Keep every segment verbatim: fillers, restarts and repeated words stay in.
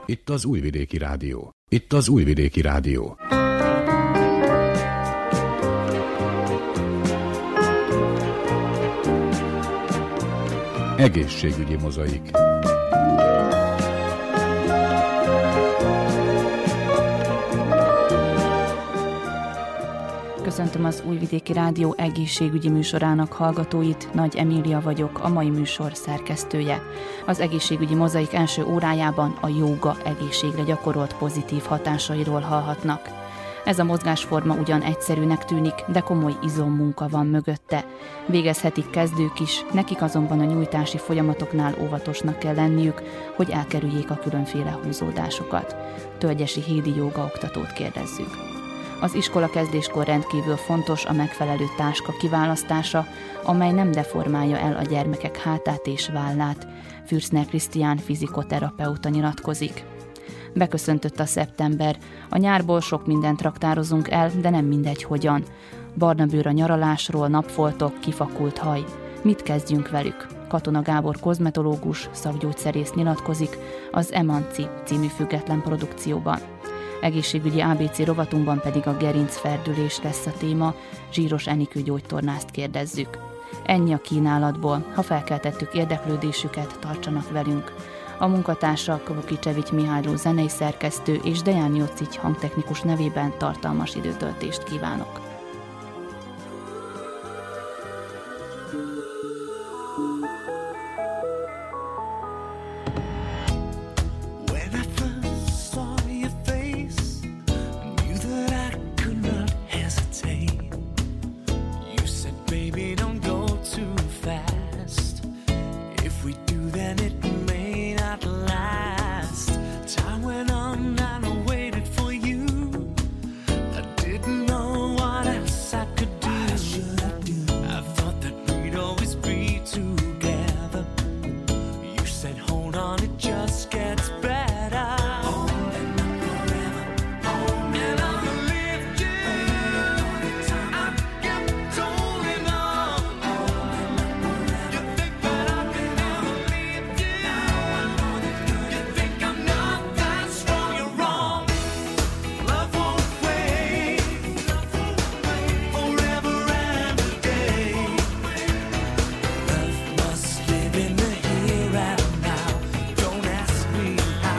Itt az Újvidéki Rádió. Itt az Újvidéki Rádió. Egészségügyi mozaik. Köszöntöm az Újvidéki Rádió egészségügyi műsorának hallgatóit, Nagy Emília vagyok, a mai műsor szerkesztője. Az egészségügyi mozaik első órájában a jóga egészségre gyakorolt pozitív hatásairól hallhatnak. Ez a mozgásforma ugyan egyszerűnek tűnik, de komoly izommunka van mögötte. Végezhetik kezdők is, nekik azonban a nyújtási folyamatoknál óvatosnak kell lenniük, hogy elkerüljék a különféle húzódásokat. Tölgyesi Hédi jóga oktatót kérdezzük. Az iskola kezdéskor rendkívül fontos a megfelelő táska kiválasztása, amely nem deformálja el a gyermekek hátát és vállát. Fürszner Krisztián fizikoterapeuta nyilatkozik. Beköszöntött a szeptember. A nyárból sok mindent raktározunk el, de nem mindegy hogyan. Barna bőr a nyaralásról, napfoltok, kifakult haj. Mit kezdjünk velük? Katona Gábor kozmetológus, szakgyógyszerész nyilatkozik az Emanci című független produkcióban. Egészségügyi á bé cé rovatunkban pedig a gerincferdülés lesz a téma, Zsíros Enikő gyógytornászt kérdezzük. Ennyi a kínálatból, ha felkeltettük érdeklődésüket, tartsanak velünk. A munkatársak Vukicevics Mihályló zenei szerkesztő és Deján Jocic hangtechnikus nevében tartalmas időtöltést kívánok. Love must live in the here and now. Don't ask me how.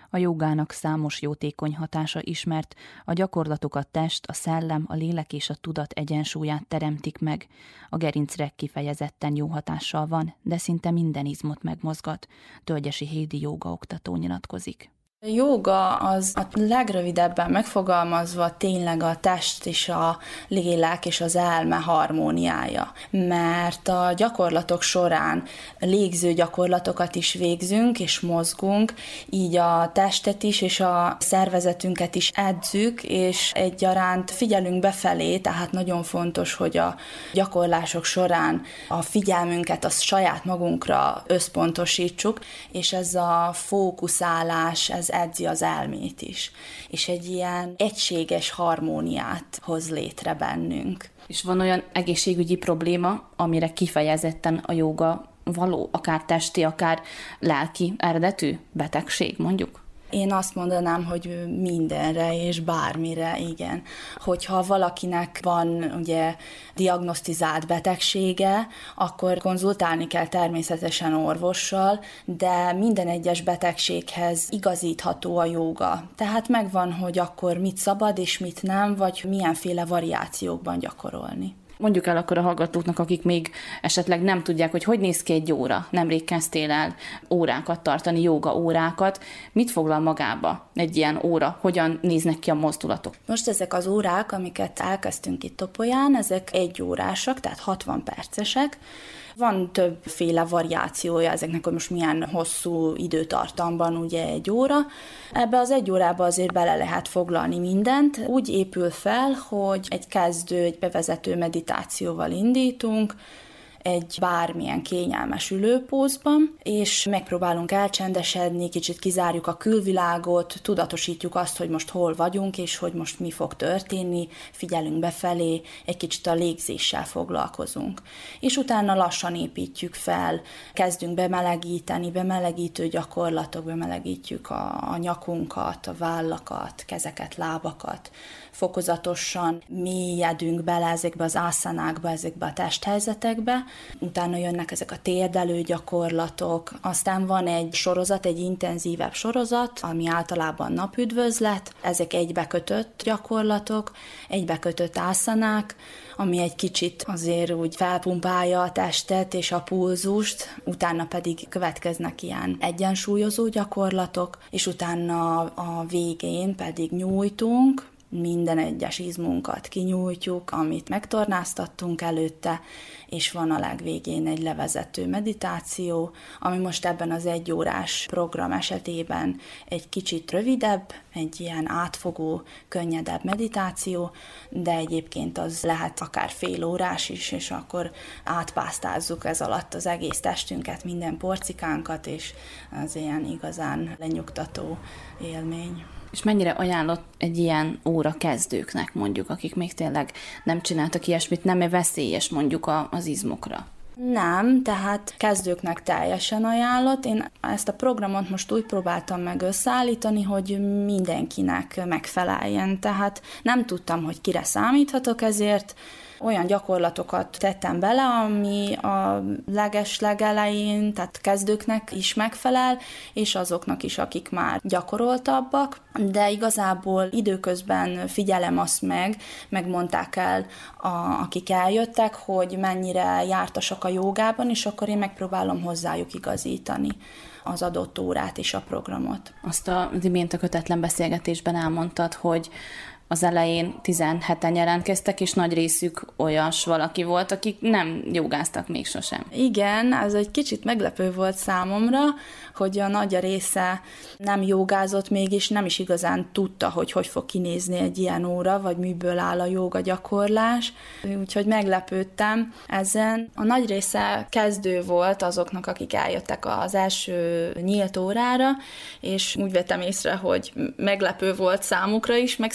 A jógának számos jótékony hatása ismert, a gyakorlatok a test, a szellem, a lélek és a tudat egyensúlyát teremtik meg. A gerincre kifejezetten jó hatással van, de szinte minden izmot megmozgat. Tölgyesi Hédi jóga oktató nyilatkozik. A jóga az a legrövidebben megfogalmazva tényleg a test és a lélek és az elme harmóniája, mert a gyakorlatok során légző gyakorlatokat is végzünk és mozgunk, így a testet is és a szervezetünket is edzük, és egyaránt figyelünk befelé, tehát nagyon fontos, hogy a gyakorlások során a figyelmünket a saját magunkra összpontosítsuk, és ez a fókuszálás, ez edzi az elmét is, és egy ilyen egységes harmóniát hoz létre bennünk. És van olyan egészségügyi probléma, amire kifejezetten a jóga való, akár testi, akár lelki eredetű betegség, mondjuk? Én azt mondanám, hogy mindenre és bármire, igen. Hogyha valakinek van ugye diagnosztizált betegsége, akkor konzultálni kell természetesen orvossal, de minden egyes betegséghez igazítható a jóga. Tehát megvan, hogy akkor mit szabad és mit nem, vagy milyenféle variációkban gyakorolni. Mondjuk el akkor a hallgatóknak, akik még esetleg nem tudják, hogy hogy néz ki egy óra. Nemrég kezdtél el órákat tartani, jóga órákat. Mit foglal magába egy ilyen óra? Hogyan néznek ki a mozdulatok? Most ezek az órák, amiket elkezdtünk itt Topolyán, ezek egy órásak, tehát hatvan percesek. Van többféle variációja ezeknek, hogy most milyen hosszú időtartamban ugye egy óra. Ebbe az egy órába azért bele lehet foglalni mindent. Úgy épül fel, hogy egy kezdő, egy bevezető meditációval indítunk, egy bármilyen kényelmes ülőpózban, és megpróbálunk elcsendesedni, kicsit kizárjuk a külvilágot, tudatosítjuk azt, hogy most hol vagyunk, és hogy most mi fog történni, figyelünk befelé, egy kicsit a légzéssel foglalkozunk. És utána lassan építjük fel, kezdünk bemelegíteni, bemelegítő gyakorlatok, bemelegítjük a, a nyakunkat, a vállakat, kezeket, lábakat, fokozatosan mélyedünk bele ezekbe az ászánákba, ezekbe a testhelyzetekbe, utána jönnek ezek a térdelő gyakorlatok, aztán van egy sorozat, egy intenzívebb sorozat, ami általában napüdvözlet, ezek egybekötött gyakorlatok, egybekötött ászanák, ami egy kicsit azért úgy felpumpálja a testet és a pulzust, utána pedig következnek ilyen egyensúlyozó gyakorlatok, és utána a végén pedig nyújtunk, minden egyes izmunkat kinyújtjuk, amit megtornáztattunk előtte, és van a legvégén egy levezető meditáció, ami most ebben az egyórás program esetében egy kicsit rövidebb, egy ilyen átfogó, könnyedebb meditáció, de egyébként az lehet akár fél órás is, és akkor átpásztázzuk ez alatt az egész testünket, minden porcikánkat, és az ilyen igazán lenyugtató élmény. És mennyire ajánlott egy ilyen óra kezdőknek, mondjuk, akik még tényleg nem csináltak ilyesmit, nem-e veszélyes mondjuk a, az izmokra? Nem, tehát kezdőknek teljesen ajánlott. Én ezt a programot most úgy próbáltam meg összeállítani, hogy mindenkinek megfeleljen. Tehát nem tudtam, hogy kire számíthatok, ezért olyan gyakorlatokat tettem bele, ami a leges-legelején, tehát kezdőknek is megfelel, és azoknak is, akik már gyakoroltabbak, de igazából időközben figyelem azt meg, megmondták el, a, akik eljöttek, hogy mennyire jártasak a jogában, és akkor én megpróbálom hozzájuk igazítani az adott órát és a programot. Azt az imént a kötetlen beszélgetésben elmondtad, hogy az elején tizenheten jelentkeztek, és nagy részük olyas valaki volt, akik nem jogáztak még sosem. Igen, ez egy kicsit meglepő volt számomra, hogy a nagy része nem jogázott még, és nem is igazán tudta, hogy hogy fog kinézni egy ilyen óra, vagy miből áll a jóga gyakorlás. Úgyhogy meglepődtem ezen. A nagy része kezdő volt azoknak, akik eljöttek az első nyílt órára, és úgy vettem észre, hogy meglepő volt számukra is, meg számomra is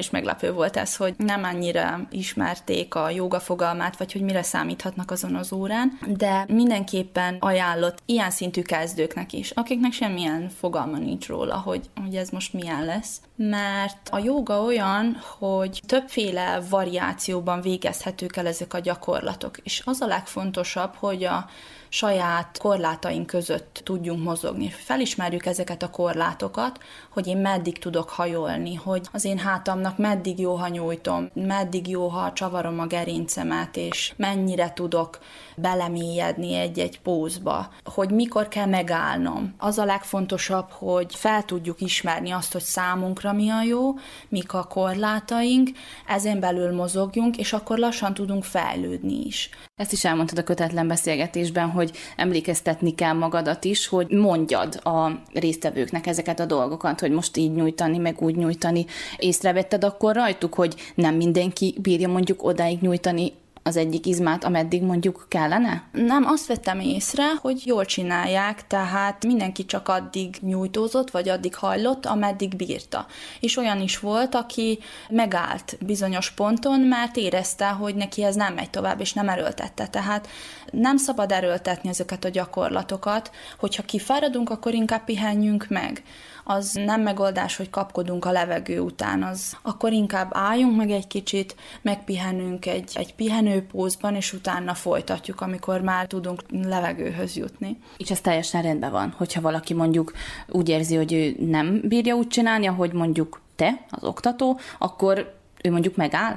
is meglepő volt ez, hogy nem annyira ismerték a jóga fogalmát, vagy hogy mire számíthatnak azon az órán, de mindenképpen ajánlott ilyen szintű kezdőknek is, akiknek semmilyen fogalma nincs róla, hogy, hogy ez most milyen lesz. Mert a jóga olyan, hogy többféle variációban végezhetők el ezek a gyakorlatok, és az a legfontosabb, hogy a saját korlátaink között tudjunk mozogni. Felismerjük ezeket a korlátokat, hogy én meddig tudok hajolni, hogy az én hátamnak meddig jó, ha nyújtom, meddig jó, ha csavarom a gerincemet, és mennyire tudok belemélyedni egy-egy pózba, hogy mikor kell megállnom. Az a legfontosabb, hogy fel tudjuk ismerni azt, hogy számunkra mi a jó, mik a korlátaink, ezen belül mozogjunk, és akkor lassan tudunk fejlődni is. Ezt is elmondtad a kötetlen beszélgetésben, hogy emlékeztetni kell magadat is, hogy mondjad a résztvevőknek ezeket a dolgokat, hogy most így nyújtani, meg úgy nyújtani. Észrevetted akkor rajtuk, hogy nem mindenki bírja mondjuk odáig nyújtani az egyik izmát, ameddig mondjuk kellene? Nem, azt vettem észre, hogy jól csinálják, tehát mindenki csak addig nyújtózott, vagy addig hajlott, ameddig bírta. És olyan is volt, aki megállt bizonyos ponton, mert érezte, hogy neki ez nem megy tovább, és nem erőltette. Tehát nem szabad erőltetni ezeket a gyakorlatokat, hogyha kifáradunk, akkor inkább pihenjünk meg. Az nem megoldás, hogy kapkodunk a levegő után, az akkor inkább álljunk meg egy kicsit, megpihenünk egy, egy pihenőpózban, és utána folytatjuk, amikor már tudunk levegőhöz jutni. És ez teljesen rendben van, hogyha valaki mondjuk úgy érzi, hogy ő nem bírja úgy csinálni, ahogy mondjuk te, az oktató, akkor ő mondjuk megáll?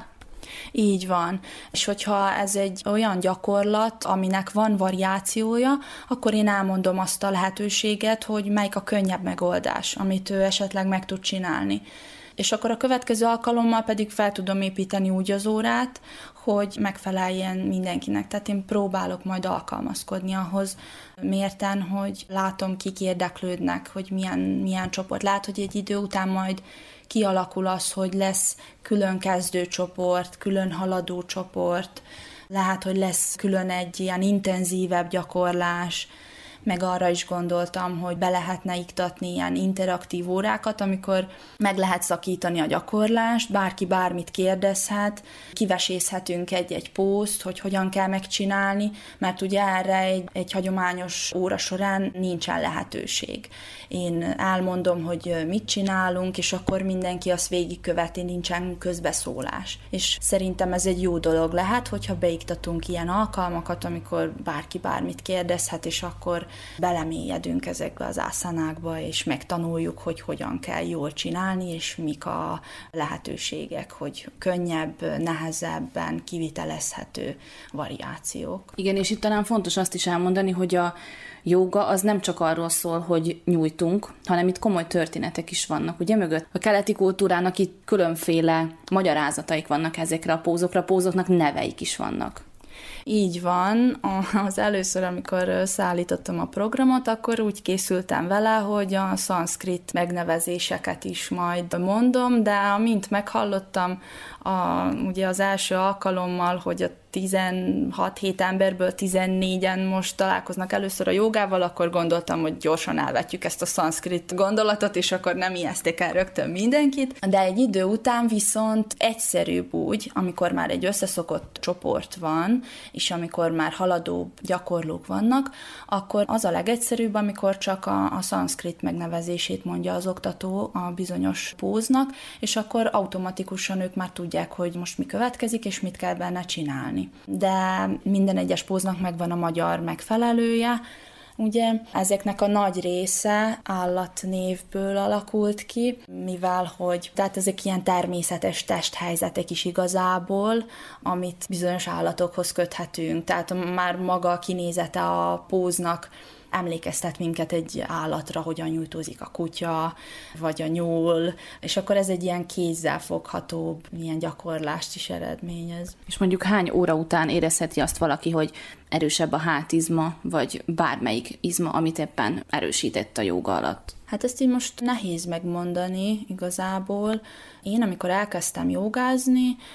Így van. És hogyha ez egy olyan gyakorlat, aminek van variációja, akkor én elmondom azt a lehetőséget, hogy melyik a könnyebb megoldás, amit ő esetleg meg tud csinálni. És akkor a következő alkalommal pedig fel tudom építeni úgy az órát, hogy megfeleljen mindenkinek. Tehát én próbálok majd alkalmazkodni ahhoz mérten, hogy látom, kik érdeklődnek, hogy milyen, milyen csoport. Lát, hogy egy idő után majd kialakul az, hogy lesz külön kezdőcsoport, külön haladó csoport, lehet, hogy lesz külön egy ilyen intenzívebb gyakorlás, meg arra is gondoltam, hogy be lehetne iktatni ilyen interaktív órákat, amikor meg lehet szakítani a gyakorlást, bárki bármit kérdezhet, kivesészhetünk egy-egy pószt, hogy hogyan kell megcsinálni, mert ugye erre egy, egy hagyományos óra során nincsen lehetőség. Én elmondom, hogy mit csinálunk, és akkor mindenki azt végigköveti, nincsen közbeszólás. És szerintem ez egy jó dolog lehet, hogyha beiktatunk ilyen alkalmakat, amikor bárki bármit kérdezhet, és akkor belemélyedünk ezekbe az ászánákba, és megtanuljuk, hogy hogyan kell jól csinálni, és mik a lehetőségek, hogy könnyebb, nehezebben kivitelezhető variációk. Igen, és itt talán fontos azt is elmondani, hogy a jóga az nem csak arról szól, hogy nyújtunk, hanem itt komoly történetek is vannak, ugye mögött. A keleti kultúrának itt különféle magyarázataik vannak ezekre a pózokra, a pózoknak neveik is vannak. Így van. Az először, amikor összeállítottam a programot, akkor úgy készültem vele, hogy a szanszkrit megnevezéseket is majd mondom, de amint meghallottam a, ugye az első alkalommal, hogy a tizenhat hét emberből tizennégyen most találkoznak először a jogával, akkor gondoltam, hogy gyorsan elvetjük ezt a szanszkrit gondolatot, és akkor nem ijeszték el rögtön mindenkit. De egy idő után viszont egyszerűbb úgy, amikor már egy összeszokott csoport van, és amikor már haladó gyakorlók vannak, akkor az a legegyszerűbb, amikor csak a, a szanszkrit megnevezését mondja az oktató a bizonyos póznak, és akkor automatikusan ők már tudják, hogy most mi következik, és mit kell benne csinálni. De minden egyes póznak megvan a magyar megfelelője. Ugye ezeknek a nagy része állatnévből alakult ki, mivel hogy tehát ezek ilyen természetes testhelyzetek is igazából, amit bizonyos állatokhoz köthetünk. Tehát már maga a kinézete a póznak emlékeztet minket egy állatra, hogyan nyújtózik a kutya, vagy a nyúl, és akkor ez egy ilyen kézzel fogható, ilyen gyakorlást is eredményez. És mondjuk hány óra után érezheti azt valaki, hogy erősebb a hátizma, vagy bármelyik izma, amit éppen erősített a jóga alatt? Hát ezt így most nehéz megmondani igazából. Én, amikor elkezdtem jogázni,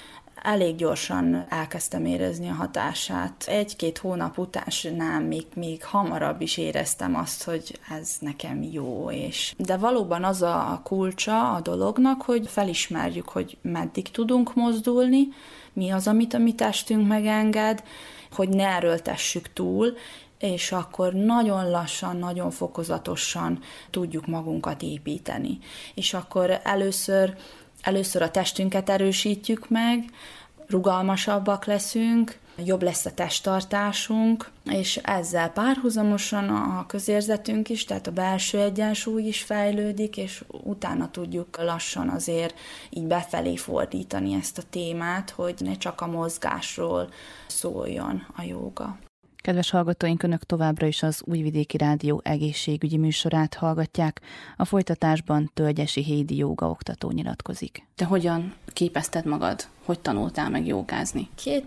elég gyorsan elkezdtem érezni a hatását. Egy-két hónap után, nem, még, még hamarabb is éreztem azt, hogy ez nekem jó. És... De valóban az a kulcsa a dolognak, hogy felismerjük, hogy meddig tudunk mozdulni, mi az, amit a mi testünk megenged, hogy ne erőltessük túl, és akkor nagyon lassan, nagyon fokozatosan tudjuk magunkat építeni. És akkor először, először a testünket erősítjük meg, rugalmasabbak leszünk, jobb lesz a testtartásunk, és ezzel párhuzamosan a közérzetünk is, tehát a belső egyensúly is fejlődik, és utána tudjuk lassan azért így befelé fordítani ezt a témát, hogy ne csak a mozgásról szóljon a jóga. Kedves hallgatóink, Önök továbbra is az Újvidéki Rádió egészségügyi műsorát hallgatják. A folytatásban Tölgyesi Hédi jógaoktató nyilatkozik. Te hogyan képezted magad? Hogy tanultál meg jogázni?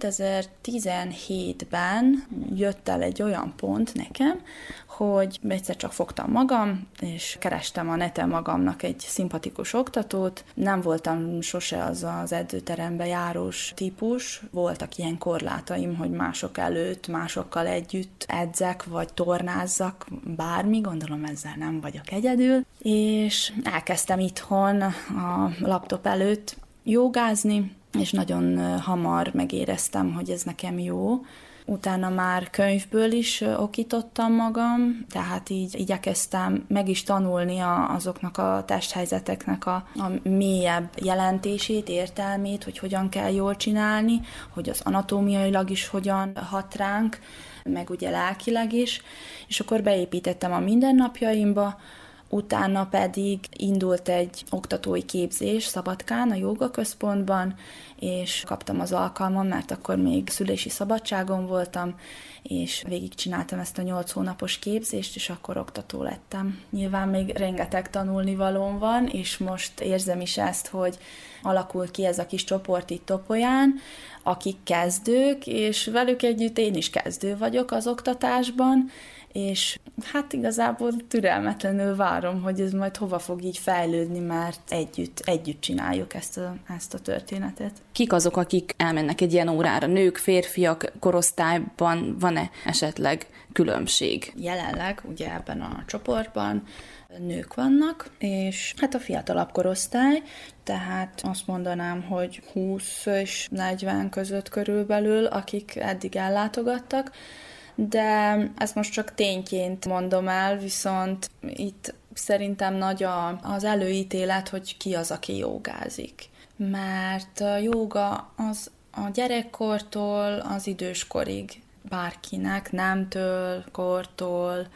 kétezer-tizenhétben jött el egy olyan pont nekem, hogy egyszer csak fogtam magam, és kerestem a neten magamnak egy szimpatikus oktatót. Nem voltam sose az az edzőterembe járós típus. Voltak ilyen korlátaim, hogy mások előtt, másokkal együtt edzek, vagy tornázzak, bármi, gondolom ezzel nem vagyok egyedül. És elkezdtem itthon a laptop előtt jogázni, és nagyon hamar megéreztem, hogy ez nekem jó. Utána már könyvből is okítottam magam, tehát így igyekeztem meg is tanulni a, azoknak a testhelyzeteknek a, a mélyebb jelentését, értelmét, hogy hogyan kell jól csinálni, hogy az anatómiailag is hogyan hat ránk, meg ugye lelkileg is, és akkor beépítettem a mindennapjaimba. Utána pedig indult egy oktatói képzés Szabadkán, a jóga központban, és kaptam az alkalmam, mert akkor még szülési szabadságon voltam, és végigcsináltam ezt a nyolc hónapos képzést, és akkor oktató lettem. Nyilván még rengeteg tanulnivalóm van, és most érzem is ezt, hogy alakul ki ez a kis csoport itt Topolyán, akik kezdők, és velük együtt én is kezdő vagyok az oktatásban, és hát igazából türelmetlenül várom, hogy ez majd hova fog így fejlődni, mert együtt, együtt csináljuk ezt a, ezt a történetet. Kik azok, akik elmennek egy ilyen órára? Nők, férfiak korosztályban van-e esetleg különbség? Jelenleg ugye ebben a csoportban nők vannak, és hát a fiatalabb korosztály, tehát azt mondanám, hogy húsz és negyven között körülbelül, akik eddig ellátogattak, de ezt most csak tényként mondom el, viszont itt szerintem nagy a, az előítélet, hogy ki az, aki jogázik. Mert a jóga az a gyerekkortól az időskorig bárkinek, nemtől, kortól,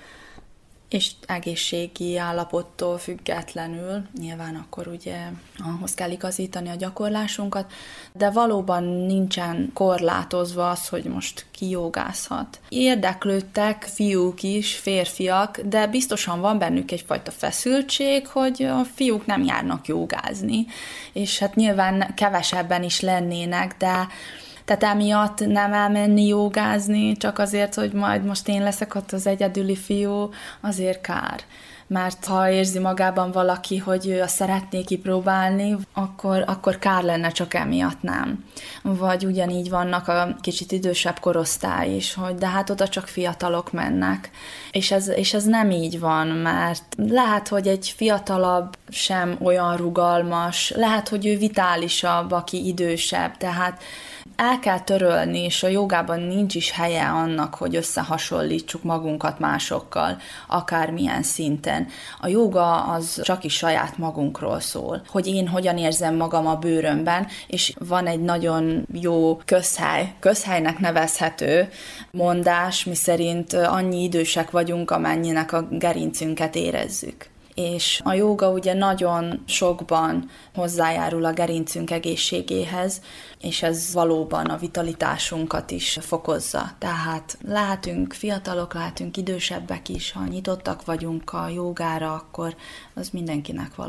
és egészségi állapottól függetlenül, nyilván akkor ugye ahhoz kell igazítani a gyakorlásunkat, de valóban nincsen korlátozva az, hogy most ki jogázhat. Érdeklődtek fiúk is, férfiak, de biztosan van bennük egyfajta feszültség, hogy a fiúk nem járnak jogázni, és hát nyilván kevesebben is lennének, de tehát emiatt nem elmenni jogázni, csak azért, hogy majd most én leszek ott az egyedüli fiú, azért kár. Mert ha érzi magában valaki, hogy ő azt szeretné kipróbálni, akkor, akkor kár lenne, csak emiatt nem. Vagy ugyanígy vannak a kicsit idősebb korosztály is, hogy de hát oda csak fiatalok mennek. És ez, és ez nem így van, mert lehet, hogy egy fiatalabb sem olyan rugalmas, lehet, hogy ő vitálisabb, aki idősebb, tehát el kell törölni, és a jogában nincs is helye annak, hogy összehasonlítsuk magunkat másokkal, akármilyen szinten. A joga az csak is saját magunkról szól, hogy én hogyan érzem magam a bőrömben, és van egy nagyon jó közhely, közhelynek nevezhető mondás, miszerint annyi idősek vagyunk, amennyinek a gerincünket érezzük. És a jóga ugye nagyon sokban hozzájárul a gerincünk egészségéhez, és ez valóban a vitalitásunkat is fokozza. Tehát lehetünk fiatalok, lehetünk idősebbek is, ha nyitottak vagyunk a jógára, akkor az mindenkinek való.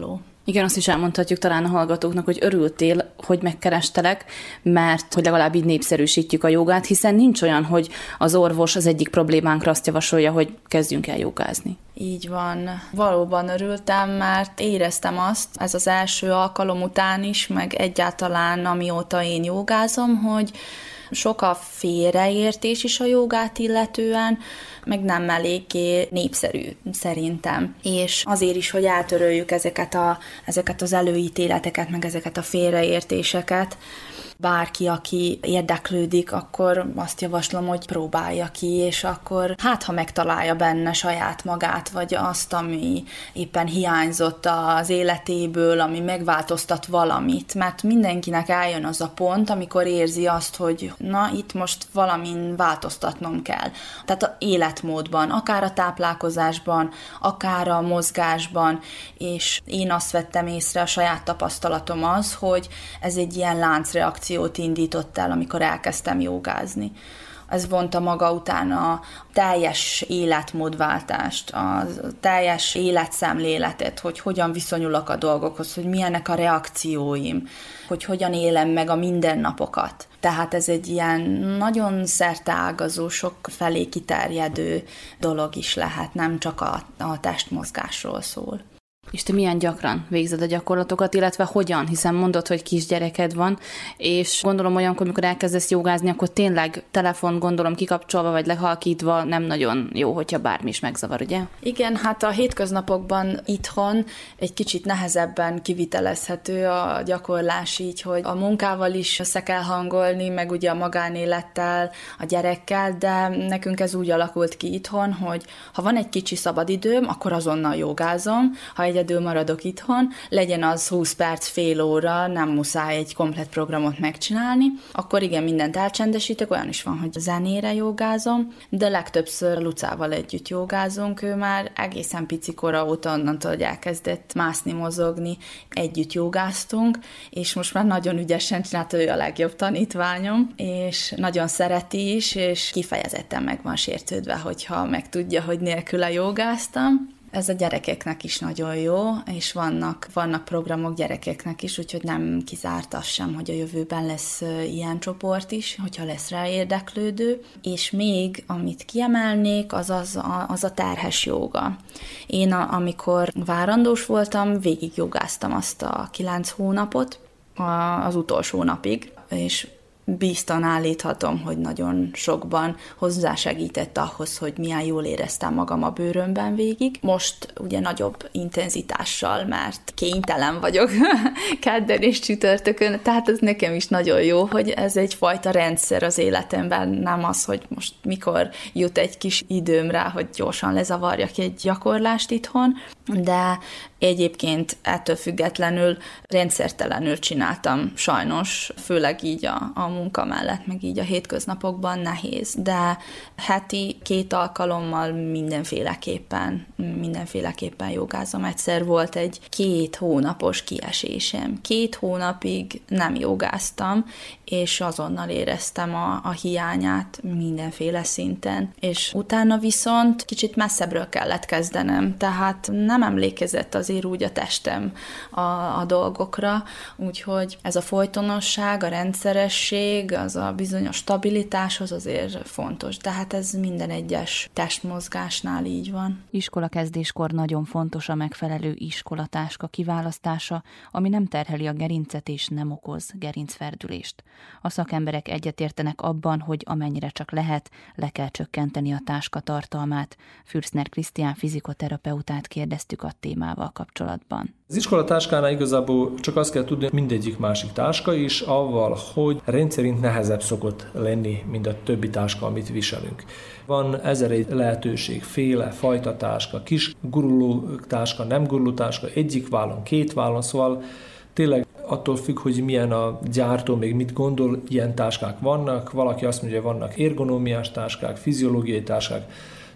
Igen, azt is elmondhatjuk talán a hallgatóknak, hogy örültél, hogy megkerestelek, mert hogy legalább így népszerűsítjük a jogát, hiszen nincs olyan, hogy az orvos az egyik problémánkra azt javasolja, hogy kezdjünk el jogázni. Így van. Valóban örültem, mert éreztem azt, ez az első alkalom után is, meg egyáltalán amióta én jogázom, hogy sok a félreértés is a jogát illetően, meg nem eléggé népszerű szerintem. És azért is, hogy eltöröljük ezeket, a, ezeket az előítéleteket, meg ezeket a félreértéseket, bárki, aki érdeklődik, akkor azt javaslom, hogy próbálja ki, és akkor hát, ha megtalálja benne saját magát, vagy azt, ami éppen hiányzott az életéből, ami megváltoztat valamit, mert mindenkinek eljön az a pont, amikor érzi azt, hogy na, itt most valamin változtatnom kell. Tehát a életmódban, akár a táplálkozásban, akár a mozgásban, és én azt vettem észre, a saját tapasztalatom az, hogy ez egy ilyen láncreakció indított el, amikor elkezdtem jogázni. Ez vonta maga után a teljes életmódváltást, a teljes életszemléletet, hogy hogyan viszonyulok a dolgokhoz, hogy milyenek a reakcióim, hogy hogyan élem meg a mindennapokat. Tehát ez egy ilyen nagyon szerteágazó, sok felé kiterjedő dolog is lehet, nem csak a, a testmozgásról szól. És te milyen gyakran végzed a gyakorlatokat, illetve hogyan? Hiszen mondod, hogy kisgyereked van, és gondolom olyankor, amikor elkezdesz jogázni, akkor tényleg telefon gondolom kikapcsolva vagy lehalkítva nem nagyon jó, hogyha bármi is megzavar, ugye? Igen, hát a hétköznapokban itthon egy kicsit nehezebben kivitelezhető a gyakorlás így, hogy a munkával is össze kell hangolni, meg ugye a magánélettel, a gyerekkel, de nekünk ez úgy alakult ki itthon, hogy ha van egy kicsi szabadidőm, akkor azonnal jogázom, ha egy egyedül maradok itthon, legyen az húsz perc, fél óra, nem muszáj egy komplett programot megcsinálni, akkor igen, mindent elcsendesítek, olyan is van, hogy zenére jogázom, de legtöbbször Lucával együtt jogázunk, ő már egészen pici kora óta onnantól, hogy elkezdett mászni, mozogni, együtt jogáztunk, és most már nagyon ügyesen csinálta, ő a legjobb tanítványom, és nagyon szereti is, és kifejezetten meg van sértődve, hogyha megtudja, hogy nélküle jogáztam. Ez a gyerekeknek is nagyon jó, és vannak, vannak programok gyerekeknek is, úgyhogy nem kizárt az sem, hogy a jövőben lesz ilyen csoport is, hogyha lesz rá érdeklődő. És még, amit kiemelnék, az, az, a, az a terhes jóga. Én, a, amikor várandós voltam, végig jogáztam azt a kilenc hónapot, a, az utolsó napig, és bíztan állíthatom, hogy nagyon sokban hozzásegített ahhoz, hogy milyen jól éreztem magam a bőrömben végig. Most ugye nagyobb intenzitással, mert kénytelen vagyok kedden és csütörtökön, tehát ez nekem is nagyon jó, hogy ez egyfajta rendszer az életemben, nem az, hogy most mikor jut egy kis időm rá, hogy gyorsan lezavarjak egy gyakorlást itthon, de egyébként ettől függetlenül rendszertelenül csináltam sajnos, főleg így a, a munka mellett, meg így a hétköznapokban nehéz, de heti két alkalommal mindenféleképpen, mindenféleképpen jogázom. Egyszer volt egy két hónapos kiesésem. Két hónapig nem jogáztam, és azonnal éreztem a, a hiányát mindenféle szinten. És utána viszont kicsit messzebbről kellett kezdenem, tehát nem emlékezett azért úgy a testem a, a dolgokra, úgyhogy ez a folytonosság, a rendszeresség, az a bizonyos stabilitáshoz azért fontos, de hát ez minden egyes testmozgásnál így van. Iskolakezdéskor nagyon fontos a megfelelő iskolatáska kiválasztása, ami nem terheli a gerincet és nem okoz gerincferdülést. A szakemberek egyetértenek abban, hogy amennyire csak lehet, le kell csökkenteni a táska tartalmát. Fürstner Krisztián fizikoterapeutát kérdeztük a témával kapcsolatban. Az iskolatáskánál igazából csak azt kell tudni, mindegyik másik táska is, avval, hogy rendszerint nehezebb szokott lenni, mint a többi táska, amit viselünk. Van ezer egy lehetőség, féle, fajta táska, kis guruló táska, nem guruló táska, egyik vállon, két vállon, szóval tényleg attól függ, hogy milyen a gyártó, még mit gondol, ilyen táskák vannak. Valaki azt mondja, hogy vannak ergonómiás táskák, fiziológiai táskák.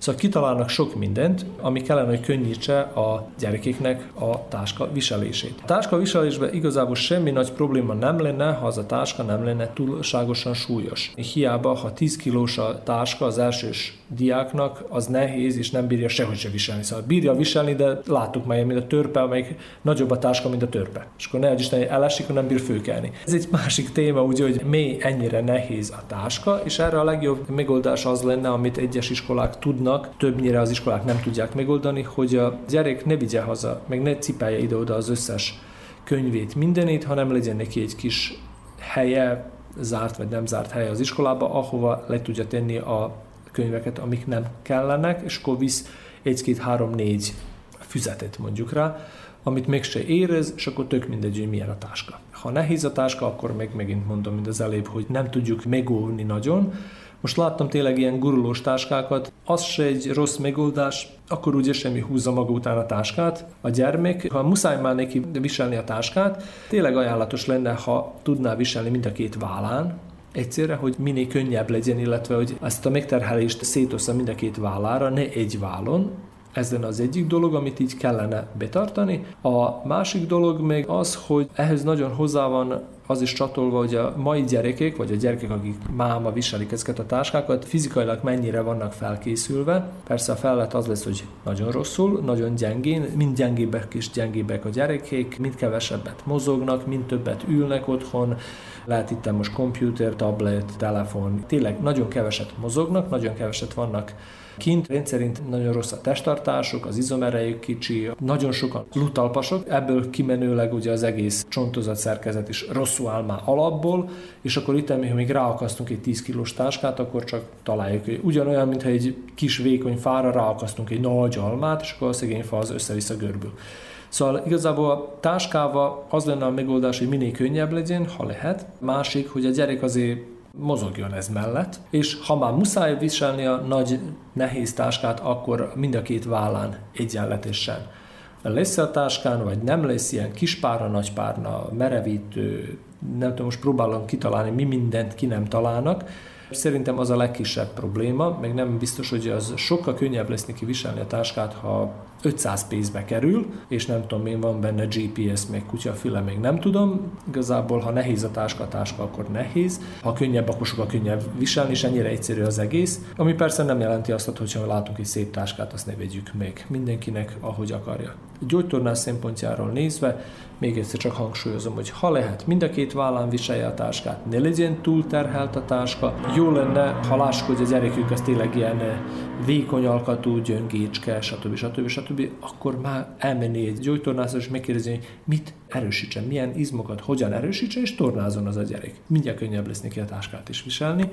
Szóval kitalálnak sok mindent, ami kellene, hogy könnyítse a gyerekeknek a táska viselését. A táska viselésben igazából semmi nagy probléma nem lenne, ha az a táska nem lenne túlságosan súlyos. Hiába, ha tíz kilós a táska az elsős diáknak, az nehéz, és nem bírja sehogy se viselni. Szóval bírja viselni, de láttuk már, mint a törpe, amelyik nagyobb a táska, mint a törpe. És akkor ne Isten, elesik, hogy nem bír főkelni. Ez egy másik téma, ugye, hogy mi ennyire nehéz a táska, és erre a legjobb megoldás az lenne, amit egyes iskolák tudnak, többnyire az iskolák nem tudják megoldani, hogy a gyerek ne vigye haza, meg ne cipelje ide-oda az összes könyvét, mindenét, hanem legyen neki egy kis helye, zárt vagy nem zárt helye az iskolába, ahova le tudja tenni a könyveket, amik nem kellenek, és akkor visz egy-két-három-négy füzetet mondjuk rá, amit mégse érez, és akkor tök mindegy, hogy milyen a táska. Ha nehéz a táska, akkor meg megint mondom, mint az előbb, hogy nem tudjuk megóvni nagyon. Most láttam tényleg ilyen gurulós táskákat, az se egy rossz megoldás, akkor ugye semmi húzza maga után a táskát a gyermek. Ha muszáj már neki viselni a táskát, tényleg ajánlatos lenne, ha tudná viselni mind a két vállán, egyszerre, hogy minél könnyebb legyen, illetve hogy ezt a megterhelést szétossza mind a két vállára, ne egy vállon. Ez lenne az egyik dolog, amit így kellene betartani. A másik dolog még az, hogy ehhez nagyon hozzá van az is csatolva, hogy a mai gyerekek, vagy a gyerekek, akik máma viselik ezeket a táskákat, fizikailag mennyire vannak felkészülve. Persze a fellet az lesz, hogy nagyon rosszul, nagyon gyengén, mind gyengébbek és gyengébbek a gyerekek, mind kevesebbet mozognak, mind többet ülnek otthon, lehet itt most komputer, tablet, telefon, tényleg nagyon keveset mozognak, nagyon keveset vannak kint, rendszerint nagyon rossz a testtartásuk, az izomerejük kicsi, nagyon sokan lutalpasok, ebből kimenőleg ugye az egész csontozat szerkezet is rosszul áll már alapból, és akkor itt, ha még ráakasztunk egy tíz kilós táskát, akkor csak találjuk, hogy ugyanolyan, mintha egy kis vékony fára ráakasztunk egy nagy almát, és akkor a szegény fa az össze-vissza görbül. Szóval igazából a táskával az lenne a megoldás, hogy minél könnyebb legyen, ha lehet. Másik, hogy a gyerek azért mozogjon ez mellett, és ha már muszáj viselni a nagy, nehéz táskát, akkor mind a két vállán egyenletesen. Lesz a táskán, vagy nem lesz ilyen kispárna, nagypárna, merevítő, nem tudom, most próbálom kitalálni, mi mindent ki nem találnak. Szerintem az a legkisebb probléma, meg nem biztos, hogy az sokkal könnyebb lesz neki viselni a táskát, ha ötszáz pénzbe kerül, és nem tudom én, van benne gé pé es, meg kutyafüle, még nem tudom. Igazából, ha nehéz a táska, a táska, akkor nehéz. Ha könnyebb, akkor sokkal könnyebb viselni, és ennyire egyszerű az egész. Ami persze nem jelenti azt, hogy ha látunk egy szép táskát, azt ne vegyük meg. Mindenkinek, ahogy akarja. A gyógytornás szempontjáról nézve, még egyszer csak hangsúlyozom, hogy ha lehet, mind a két vállán viselje a táskát, ne legyen túl terhelt a táska. Jó lenne, ha lássuk, hogy a gyerekük az tényleg ilyen vékony alkatú, gyöngécske, stb. stb. stb. Akkor már elmenni egy gyógytornászra, és megkérdezni, hogy mit erősítsen, milyen izmokat, hogyan erősítsen, és tornázon az a gyerek. Mindjárt könnyebb lesz neki a táskát is viselni.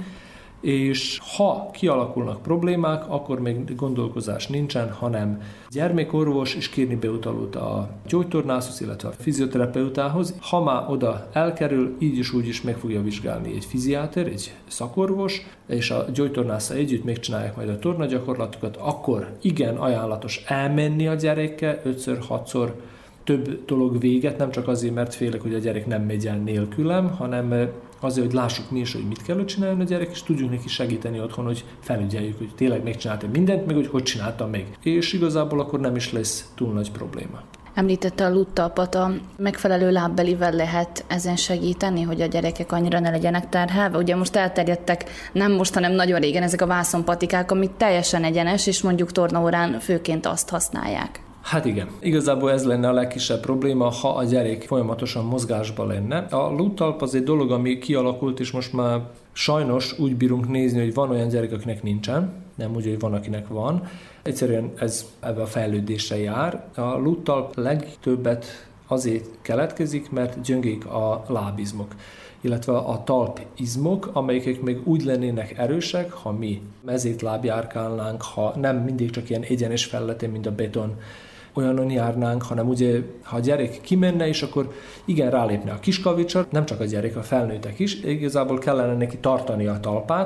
És ha kialakulnak problémák, akkor még gondolkozás nincsen, hanem gyermekorvos is kérni beutalót a gyógytornászhoz, illetve a fizioterapeutához. Ha már oda elkerül, így is úgy is meg fogja vizsgálni egy fiziáter, egy szakorvos, és a gyógytornásszal együtt megcsinálják majd a tornagyakorlatokat, akkor igen ajánlatos elmenni a gyerekkel ötször-hatszor, több dolog véget, nem csak azért, mert félek, hogy a gyerek nem megy el nélkülem, hanem azért, hogy lássuk mi is, hogy mit kell csinálni a gyerek, és tudjunk neki segíteni otthon, hogy felügyeljük, hogy tényleg megcsinálta mindent, meg hogy hogy csinálta meg. És igazából akkor nem is lesz túl nagy probléma. Említette a lúttalpat, a megfelelő lábbelivel lehet ezen segíteni, hogy a gyerekek annyira ne legyenek terhelve. Ugye most elterjedtek, nem most, hanem nagyon régen ezek a vászonpatikák, amit teljesen egyenes, és mondjuk tornaórán főként azt használják. Hát igen, igazából ez lenne a legkisebb probléma, ha a gyerek folyamatosan mozgásban lenne. A lúttalp az egy dolog, ami kialakult, és most már sajnos úgy bírunk nézni, hogy van olyan gyerek, akinek nincsen, nem úgy, hogy van, akinek van. Egyszerűen ez ebbe a fejlődésre jár. A lúttalp legtöbbet azért keletkezik, mert gyöngék a lábizmok, illetve a talpizmok, amelyek még úgy lennének erősek, ha mi mezét lábjárkálnánk, ha nem mindig csak ilyen egyenes felületén, mint a beton, olyanon járnánk, hanem ugye, ha a gyerek kimenne is, akkor igen, rálépne a kiskavicsar, nem csak a gyerek, a felnőttek is, igazából kellene neki tartani a talpát,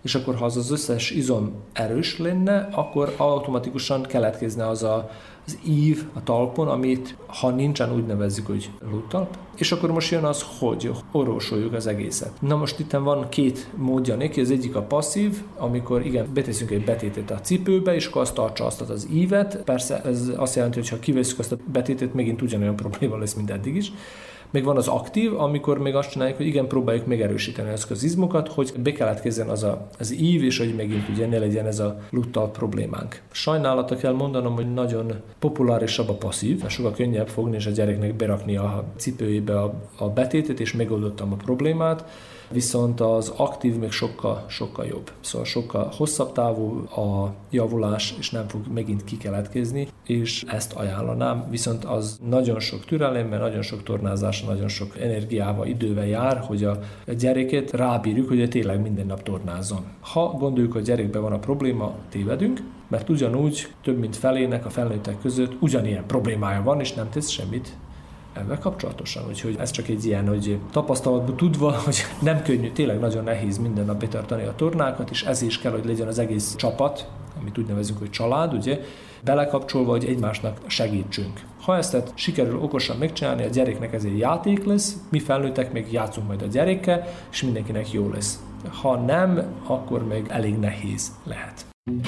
és akkor ha az, az összes izom erős lenne, akkor automatikusan keletkezne az a, az ív a talpon, amit ha nincsen, úgy nevezzük, hogy lúttalp. És akkor most jön az, hogy orvosoljuk az egészet. Na most itt van két módja neki, az egyik a passzív, amikor igen, beteszünk egy betétet a cipőbe, és akkor azt tartsa azt az ívet. Persze ez azt jelenti, hogy ha kiveszünk azt a betétet, megint ugyanolyan probléma lesz, mint eddig is. Még van az aktív, amikor még azt csináljuk, hogy igen, próbáljuk megerősíteni ezeket az izmokat, hogy bekeletkezzen az a, az ív, és hogy megint ugye ne legyen ez a lúttal problémánk. Sajnálatra kell mondanom, hogy nagyon populárisabb a passzív, mert sokkal könnyebb fogni, és a gyereknek berakni a cipőjébe a, a betétet, és megoldottam a problémát, viszont az aktív még sokkal, sokkal jobb. Szóval sokkal hosszabb távú a javulás, és nem fog megint kikeletkezni, és ezt ajánlanám, viszont az nagyon sok türelemmel, nagyon sok tornázás, nagyon sok energiával, idővel jár, hogy a gyereket rábírjuk, hogy tényleg minden nap tornázzon. Ha gondoljuk, hogy a gyerekben van a probléma, tévedünk, mert ugyanúgy több mint felének a felnőttek között ugyanilyen problémája van, és nem tesz semmit ebben kapcsolatosan. Úgyhogy ez csak egy ilyen, hogy tapasztalatból tudva, hogy nem könnyű, tényleg nagyon nehéz minden nap betartani a tornákat, és ez is kell, hogy legyen az egész csapat, amit úgy nevezünk, hogy család, ugye, belekapcsolva, hogy egymásnak segítsünk. Ha ezt sikerül okosan megcsinálni, a gyereknek ez egy játék lesz, mi felnőttek még játszunk majd a gyerekkel, és mindenkinek jó lesz. Ha nem, akkor még elég nehéz lehet.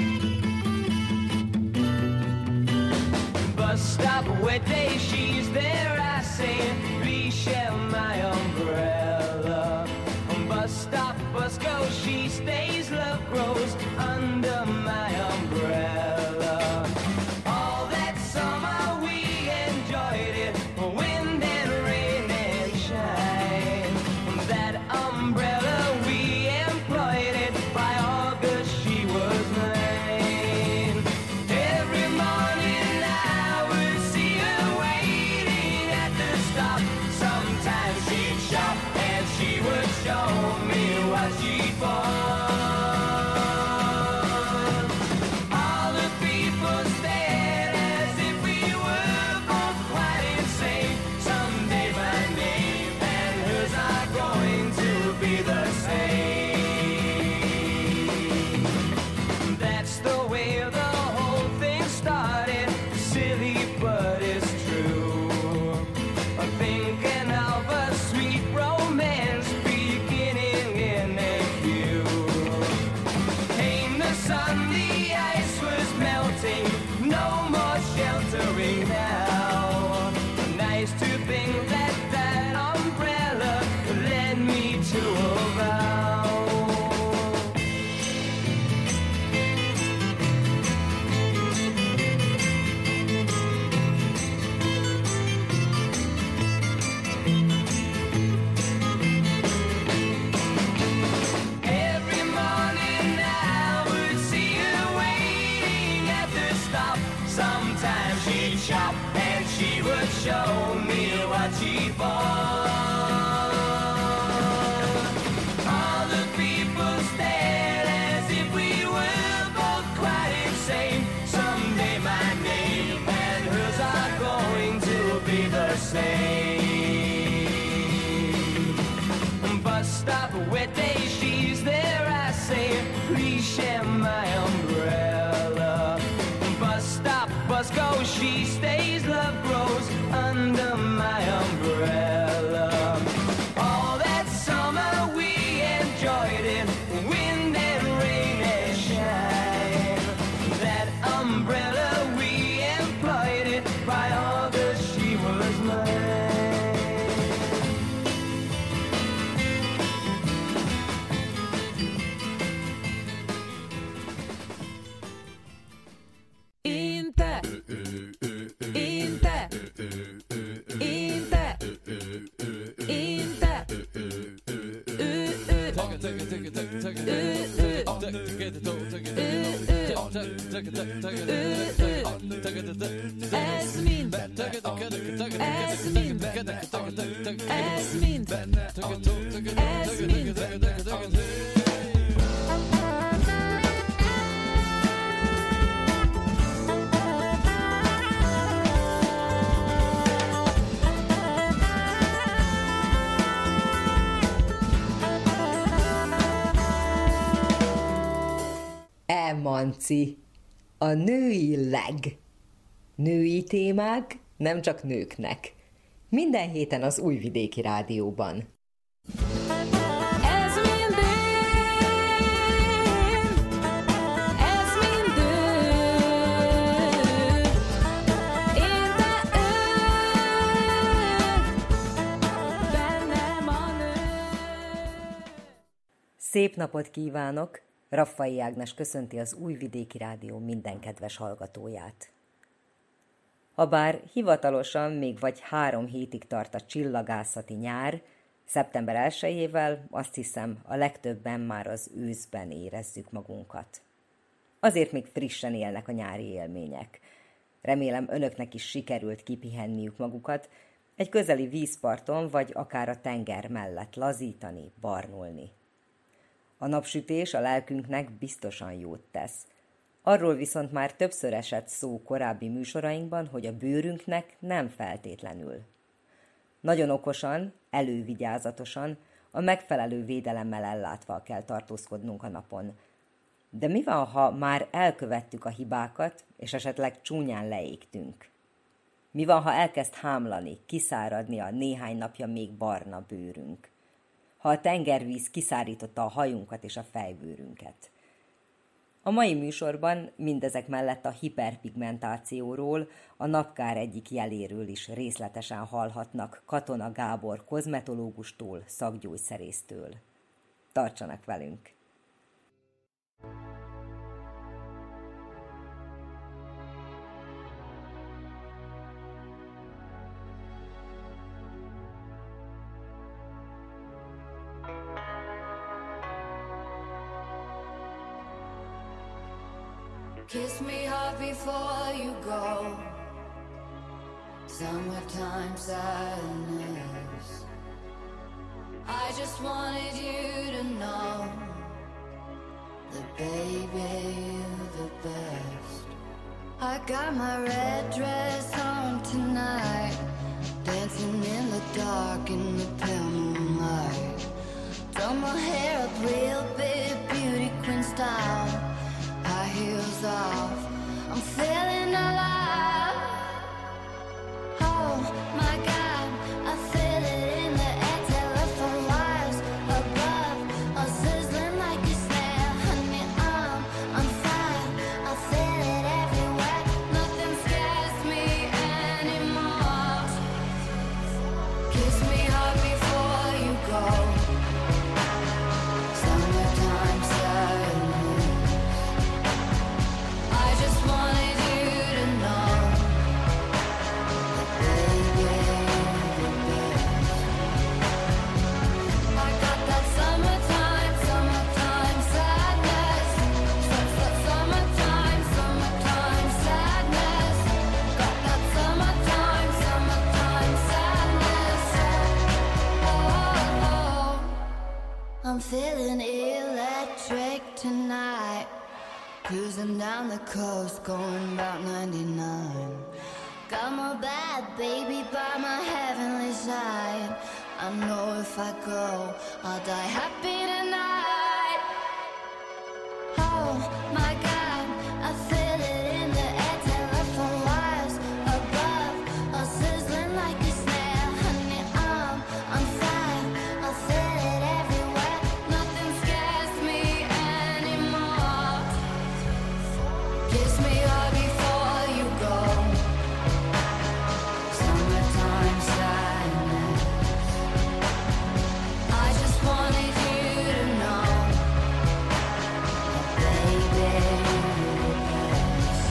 Bus stop, wet day, she's there, I say, please share my umbrella. Bus stop, bus goes, she stays, love grows under my umbrella. All that summer we enjoyed it, wind and rain and shine. That umbrella we employed it, by August she was mine. Every morning I would see her waiting at the stop. Sometimes she'd shop and she would show me what she bought. All the people stared as if we were both quite insane. Someday my name and hers are going to be the same. That's the way the whole thing started. Silly, but it's true. I'm thinking of a sweet romance beginning in a queue. Came the sun, the ice was melting, no more sheltering now. Nice to think that that umbrella led me to a vow. Every morning I would see her waiting at the stop. Sometimes she'd shop and she would show me what she bought. All the people stared as if we were both quite insane. Someday my name and hers are going to be the same. Bus stop, wet day, she's there, I say, please share my umbrella. Bus stop, bus goes, she stays, love grows under my umbrella. All that summer we enjoyed it, wind and rain and shine. That umbrella we employed it, by August she was mine. Inte, inte, inte, inte, Esmin, Esmin, Esmin, Esmin. Anci, a női leg. Női témák nem csak nőknek. Minden héten az Újvidéki Rádióban. Ez minden, ez minden, én te ő, bennem a nő. Szép napot kívánok! Raffai Ágnes köszönti az Újvidéki Rádió minden kedves hallgatóját. Habár hivatalosan még vagy három hétig tart a csillagászati nyár, szeptember elsejével azt hiszem a legtöbben már az őszben érezzük magunkat. Azért még frissen élnek a nyári élmények. Remélem önöknek is sikerült kipihenniük magukat, egy közeli vízparton vagy akár a tenger mellett lazítani, barnulni. A napsütés a lelkünknek biztosan jót tesz. Arról viszont már többször esett szó korábbi műsorainkban, hogy a bőrünknek nem feltétlenül. Nagyon okosan, elővigyázatosan, a megfelelő védelemmel ellátva kell tartózkodnunk a napon. De mi van, ha már elkövettük a hibákat, és esetleg csúnyán leégtünk? Mi van, ha elkezd hámlani, kiszáradni a néhány napja még barna bőrünk? Ha a tengervíz kiszárította a hajunkat és a fejbőrünket? A mai műsorban mindezek mellett a hiperpigmentációról, a napkár egyik jeléről is részletesen hallhatnak Katona Gábor kozmetológustól, szakgyógyszerésztől. Tartsanak velünk! Kiss me hard before you go. Summertime sadness. I just wanted you to know that baby, you're the best. I got my red dress on tonight, dancing in the dark in the pale moonlight. Done my hair up real big, beauty queen style. High heels off, I'm feeling alive. Oh my God, I feel it in the air, telephone wires above, all sizzling like a snare. Honey, I'm on fire, I feel it everywhere. Nothing scares me anymore. Kiss me hard before you go. Summertime sadness. I just wanted you to know that baby, you're the best. I got that summertime, summertime sadness. Such that summertime, summertime sadness. Got that summertime, summertime sadness. Oh, oh. I'm feeling electric tonight. Cruising down the coast, going about ninety-nine. Got my bad baby by my heavenly side. I know if I go, I'll die happy tonight. Oh my God, I feel it in the air, telephone wires above, all sizzling like a snare. Honey, I'm on fire, I feel it everywhere. Nothing scares me anymore. Kiss me hard before you go. Summertime sadness. I just wanted you to know that baby, you're the best.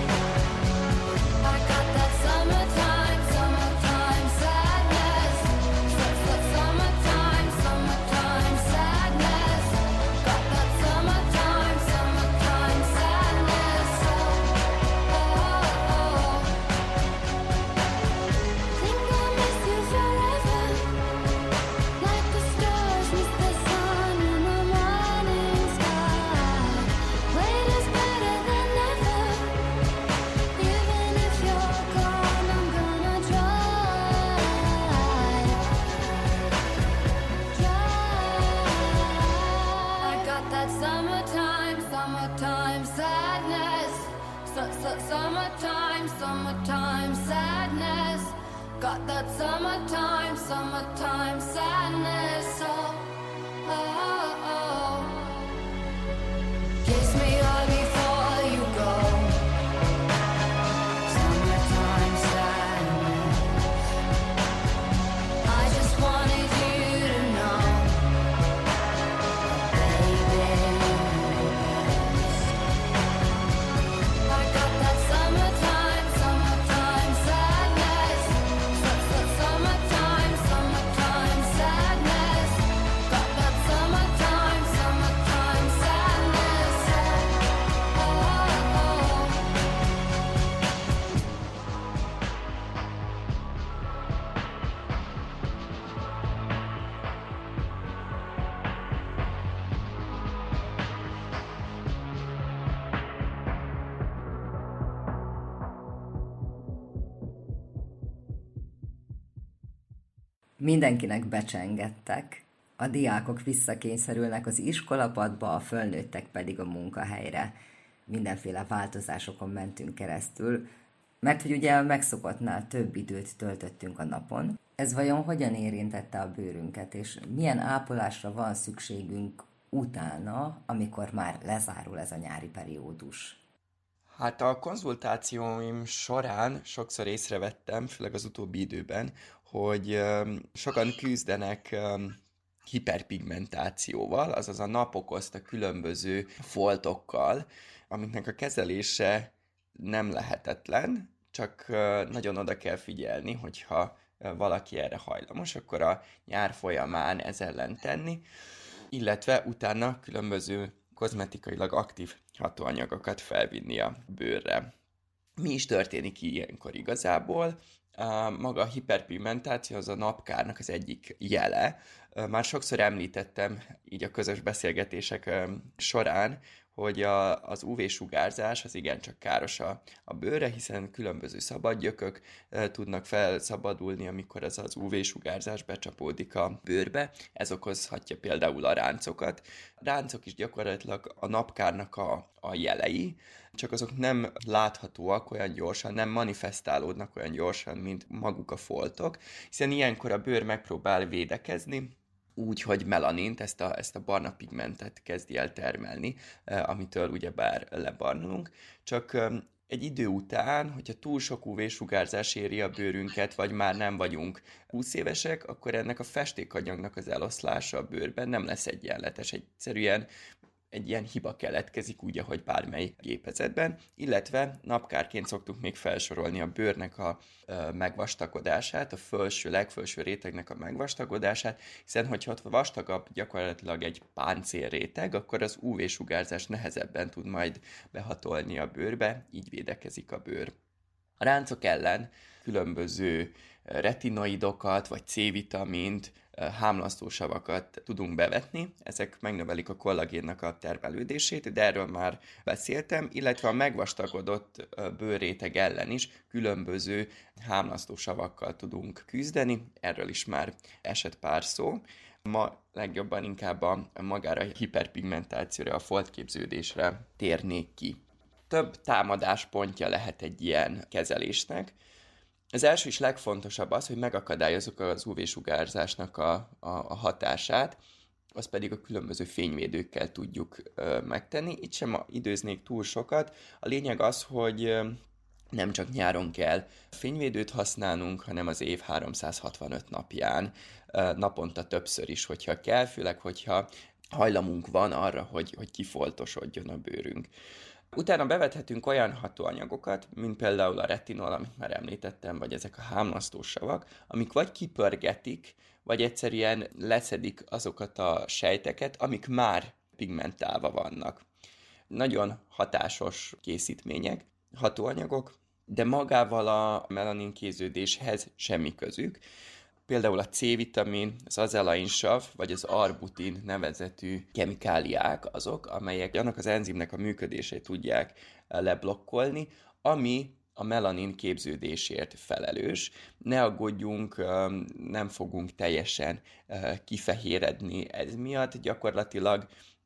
I got that summertime, summertime sadness. Such that summertime, summertime sadness. Got that summertime, summertime sadness. summertime sadness. Got that summertime, summertime sadness. Oh, oh, oh. Kiss me hard before you go. Summertime sadness. I just wanted you to know, baby. I got that summertime, summertime sadness. Su- su- Summertime, summertime sadness. Got that summertime, summertime sadness. Oh, oh, oh. Mindenkinek becsengettek. A diákok visszakényszerülnek az iskolapadba, a fölnőttek pedig a munkahelyre. Mindenféle változásokon mentünk keresztül, mert hogy ugye a megszokottnál több időt töltöttünk a napon. Ez vajon hogyan érintette a bőrünket, és milyen ápolásra van szükségünk utána, amikor már lezárul ez a nyári periódus? Hát a konzultációim során sokszor észrevettem, főleg az utóbbi időben, hogy öm, sokan küzdenek öm, hiperpigmentációval, azaz a nap okozta különböző foltokkal, amiknek a kezelése nem lehetetlen, csak ö, nagyon oda kell figyelni, hogyha ö, valaki erre hajlamos, akkor a nyár folyamán ez ellen tenni, illetve utána különböző kozmetikailag aktív hatóanyagokat felvinni a bőrre. Mi is történik ilyenkor igazából? A maga a hiperpigmentáció az a napkárnak az egyik jele. Már sokszor említettem így a közös beszélgetések során, hogy a, az ú vé-sugárzás az igencsak káros a, a bőrre, hiszen különböző szabadgyökök e, tudnak felszabadulni, amikor ez az ú vé-sugárzás becsapódik a bőrbe. Ez okozhatja például a ráncokat. A ráncok is gyakorlatilag a napkárnak a, a jelei, csak azok nem láthatóak olyan gyorsan, nem manifestálódnak olyan gyorsan, mint maguk a foltok, hiszen ilyenkor a bőr megpróbál védekezni, úgy, hogy melanint, ezt a, ezt a barna pigmentet kezdi el termelni, eh, amitől ugyebár lebarnulunk. Csak eh, egy idő után, hogyha túl sok ú vé-sugárzás éri a bőrünket, vagy már nem vagyunk húsz évesek, akkor ennek a festékanyagnak az eloszlása a bőrben nem lesz egyenletes. Egyszerűen egy ilyen hiba keletkezik, úgy, ahogy bármely gépezetben, illetve napkárként szoktuk még felsorolni a bőrnek a ö, megvastagodását, a felső, legfelső rétegnek a megvastagodását, hiszen hogyha ott vastagabb gyakorlatilag egy páncélréteg, akkor az ú vé-sugárzás nehezebben tud majd behatolni a bőrbe, így védekezik a bőr. A ráncok ellen különböző retinoidokat, vagy C-vitamint, hámlasztósavakat tudunk bevetni, ezek megnövelik a kollagénnak a termelődését, de erről már beszéltem, illetve a megvastagodott bőrréteg ellen is különböző hámlasztósavakkal tudunk küzdeni, erről is már esett pár szó. Ma legjobban inkább a magára a hiperpigmentációra, a foltképződésre térnék ki. Több támadáspontja lehet egy ilyen kezelésnek. Az első és legfontosabb az, hogy megakadályozzuk az ú vé-sugárzásnak a, a, a hatását, azt pedig a különböző fényvédőkkel tudjuk ö, megtenni. Itt sem időznék túl sokat. A lényeg az, hogy ö, nem csak nyáron kell fényvédőt használnunk, hanem az év háromszázhatvanöt napján, ö, naponta többször is, hogyha kell, főleg, hogyha hajlamunk van arra, hogy, hogy kifoltosodjon a bőrünk. Utána bevethetünk olyan hatóanyagokat, mint például a retinol, amit már említettem, vagy ezek a hámlasztósavak, amik vagy kipörgetik, vagy egyszerűen leszedik azokat a sejteket, amik már pigmentálva vannak. Nagyon hatásos készítmények, hatóanyagok, de magával a melaninkéződéshez semmi közük. Például a C-vitamin, az azelainsav, vagy az arbutin nevezetű kemikáliák azok, amelyek annak az enzimnek a működését tudják leblokkolni, ami a melanin képződésért felelős. Ne aggódjunk, nem fogunk teljesen kifehéredni ez miatt, gyakorlatilag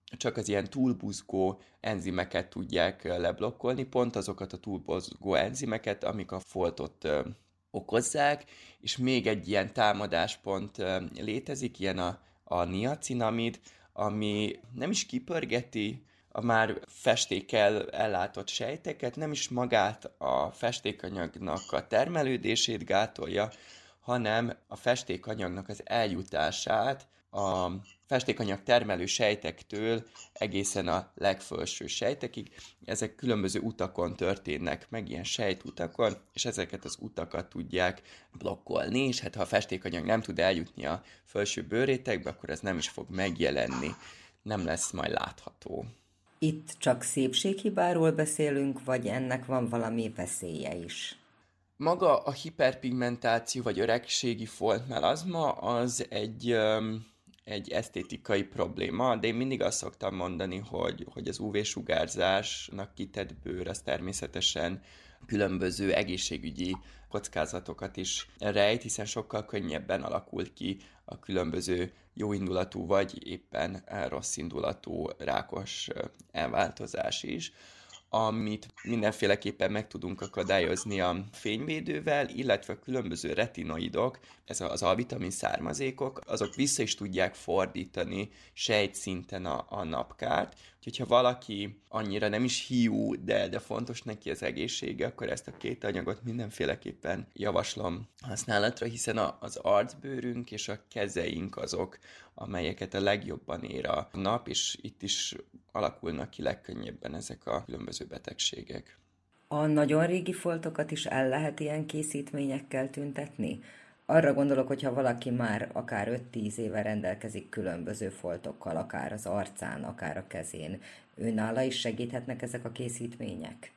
csak az ilyen túlbuzgó enzimeket tudják leblokkolni, pont azokat a túlbuzgó enzimeket, amik a foltot ö, okozzák, és még egy ilyen támadáspont ö, létezik, ilyen a, a niacinamid, ami nem is kipörgeti a már festékkel ellátott sejteket, nem is magát a festékanyagnak a termelődését gátolja, hanem a festékanyagnak az eljutását a festékanyag termelő sejtektől egészen a legfelső sejtekig. Ezek különböző utakon történnek meg, ilyen sejtutakon, és ezeket az utakat tudják blokkolni, és hát ha a festékanyag nem tud eljutni a felső bőrrétegbe, akkor ez nem is fog megjelenni, nem lesz majd látható. Itt csak szépséghibáról beszélünk, vagy ennek van valami veszélye is? Maga a hiperpigmentáció vagy öregségi foltmelazma az egy, öm, egy esztétikai probléma, de én mindig azt szoktam mondani, hogy, hogy az ú vé-sugárzásnak kitett bőr az természetesen különböző egészségügyi kockázatokat is rejt, hiszen sokkal könnyebben alakul ki a különböző jóindulatú vagy éppen rosszindulatú rákos elváltozás is, amit mindenféleképpen meg tudunk akadályozni a fényvédővel, illetve a különböző retinoidok, ez az A-vitamin származékok, azok vissza is tudják fordítani sejtszinten a, a napkárt. Úgyhogy ha valaki annyira nem is hiú, de, de fontos neki az egészsége, akkor ezt a két anyagot mindenféleképpen javaslom használatra, hiszen a, az arcbőrünk és a kezeink azok, amelyeket a legjobban ér a nap, és itt is alakulnak ki legkönnyebben ezek a különböző betegségek. A nagyon régi foltokat is el lehet ilyen készítményekkel tüntetni? Arra gondolok, hogyha valaki már akár öt-tíz éve rendelkezik különböző foltokkal, akár az arcán, akár a kezén, őnála is segíthetnek ezek a készítmények?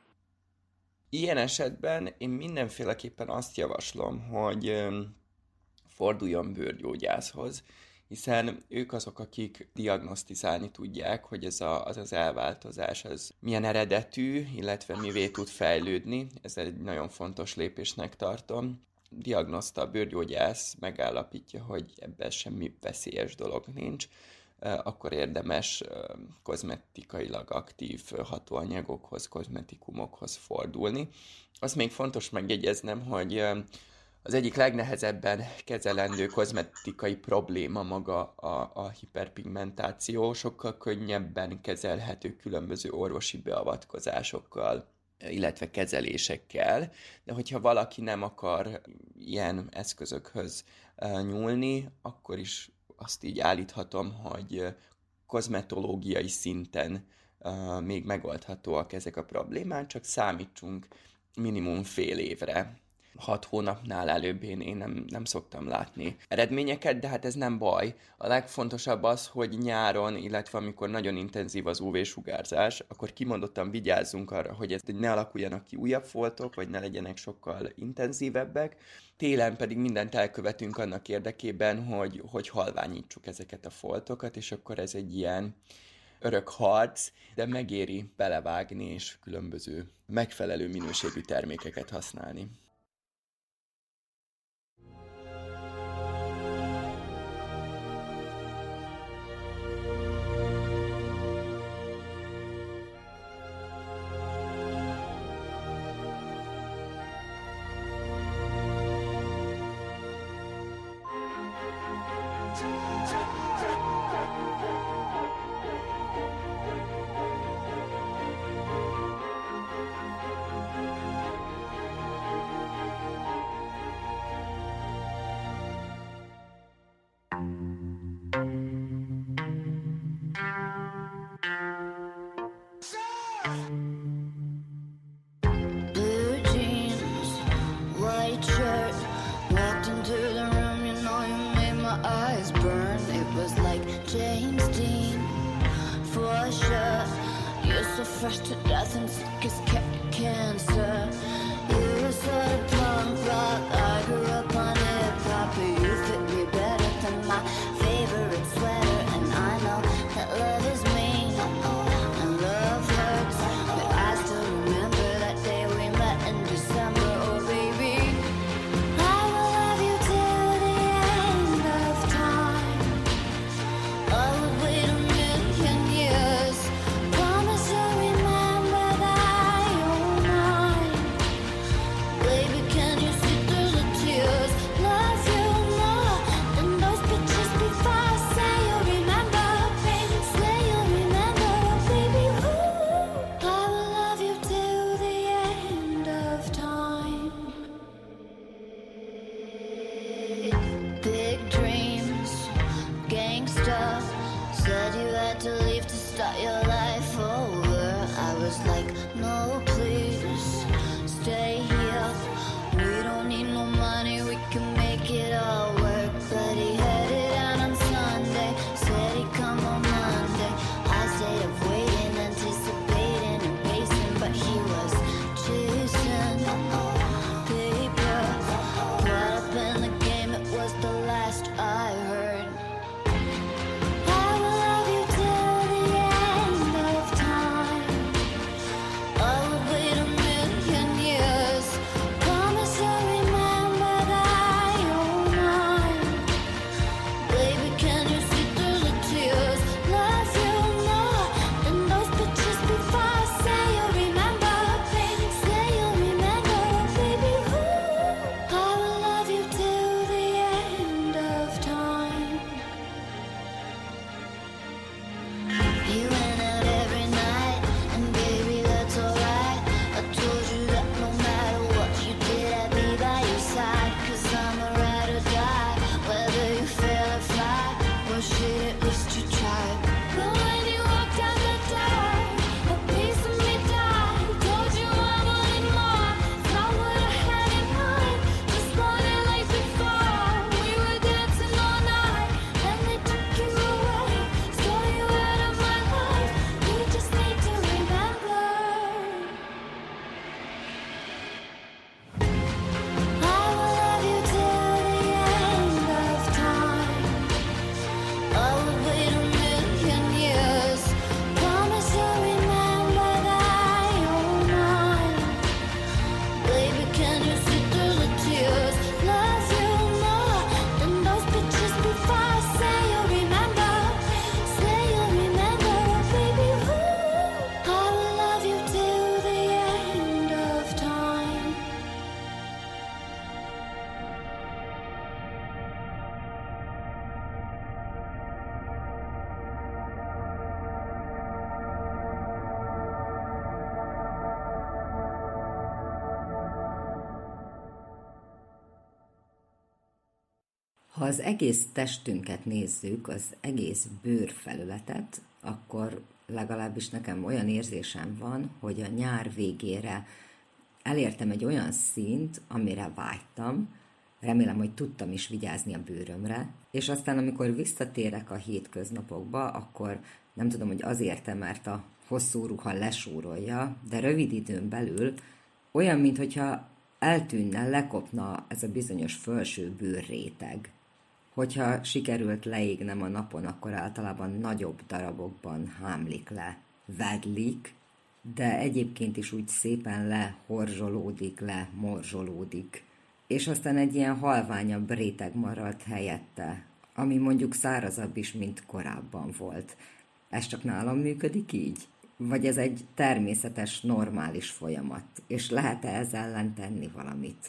Ilyen esetben én mindenféleképpen azt javaslom, hogy forduljon bőrgyógyászhoz, hiszen ők azok, akik diagnosztizálni tudják, hogy ez a, az az elváltozás az milyen eredetű, illetve mivé tud fejlődni. Ez egy nagyon fontos lépésnek tartom. Diagnoszta a bőrgyógyász megállapítja, hogy ebben semmi veszélyes dolog nincs, akkor érdemes kozmetikailag aktív hatóanyagokhoz, kozmetikumokhoz fordulni. Azt még fontos megjegyeznem, hogy az egyik legnehezebben kezelendő kozmetikai probléma maga a, a hiperpigmentáció, sokkal könnyebben kezelhető különböző orvosi beavatkozásokkal, illetve kezelésekkel, de hogyha valaki nem akar ilyen eszközökhöz nyúlni, akkor is azt így állíthatom, hogy kozmetológiai szinten még megoldhatóak ezek a problémák, csak számítsunk minimum fél évre. Hat hónapnál előbb én, én nem, nem szoktam látni eredményeket, de hát ez nem baj. A legfontosabb az, hogy nyáron, illetve amikor nagyon intenzív az ú vé-sugárzás, akkor kimondottan vigyázzunk arra, hogy ez ne alakuljanak ki újabb foltok, vagy ne legyenek sokkal intenzívebbek. Télen pedig mindent elkövetünk annak érdekében, hogy, hogy halványítsuk ezeket a foltokat, és akkor ez egy ilyen örök harc, de megéri belevágni és különböző megfelelő minőségű termékeket használni. Blue jeans, white shirt. Walked into the room, you know you made my eyes burn. It was like James Dean, for sure. You're so fresh to death and sick as ca- cancer. You were sort of punk rock, I grew up on hip hop. But you fit me better than my favorite sweater. And I know that love is mean, and love hurts. But I still remember that day we met in December. Oh baby, I will love you till the end of time. I would wait a million years Ha az egész testünket nézzük, az egész bőrfelületet, akkor legalábbis nekem olyan érzésem van, hogy a nyár végére elértem egy olyan szint, amire vágytam, remélem, hogy tudtam is vigyázni a bőrömre, és aztán, amikor visszatérek a hétköznapokba, akkor nem tudom, hogy azért, mert a hosszú ruha lesúrolja, de rövid időn belül olyan, mintha eltűnne, lekopna ez a bizonyos felső bőrréteg. Hogyha sikerült leégnem a napon, akkor általában nagyobb darabokban hámlik le, vedlik, de egyébként is úgy szépen lehorzsolódik, lemorzsolódik. És aztán egy ilyen halványabb réteg maradt helyette, ami mondjuk szárazabb is, mint korábban volt. Ez csak nálam működik így? Vagy ez egy természetes, normális folyamat? És lehet-e ezzel ellen tenni valamit?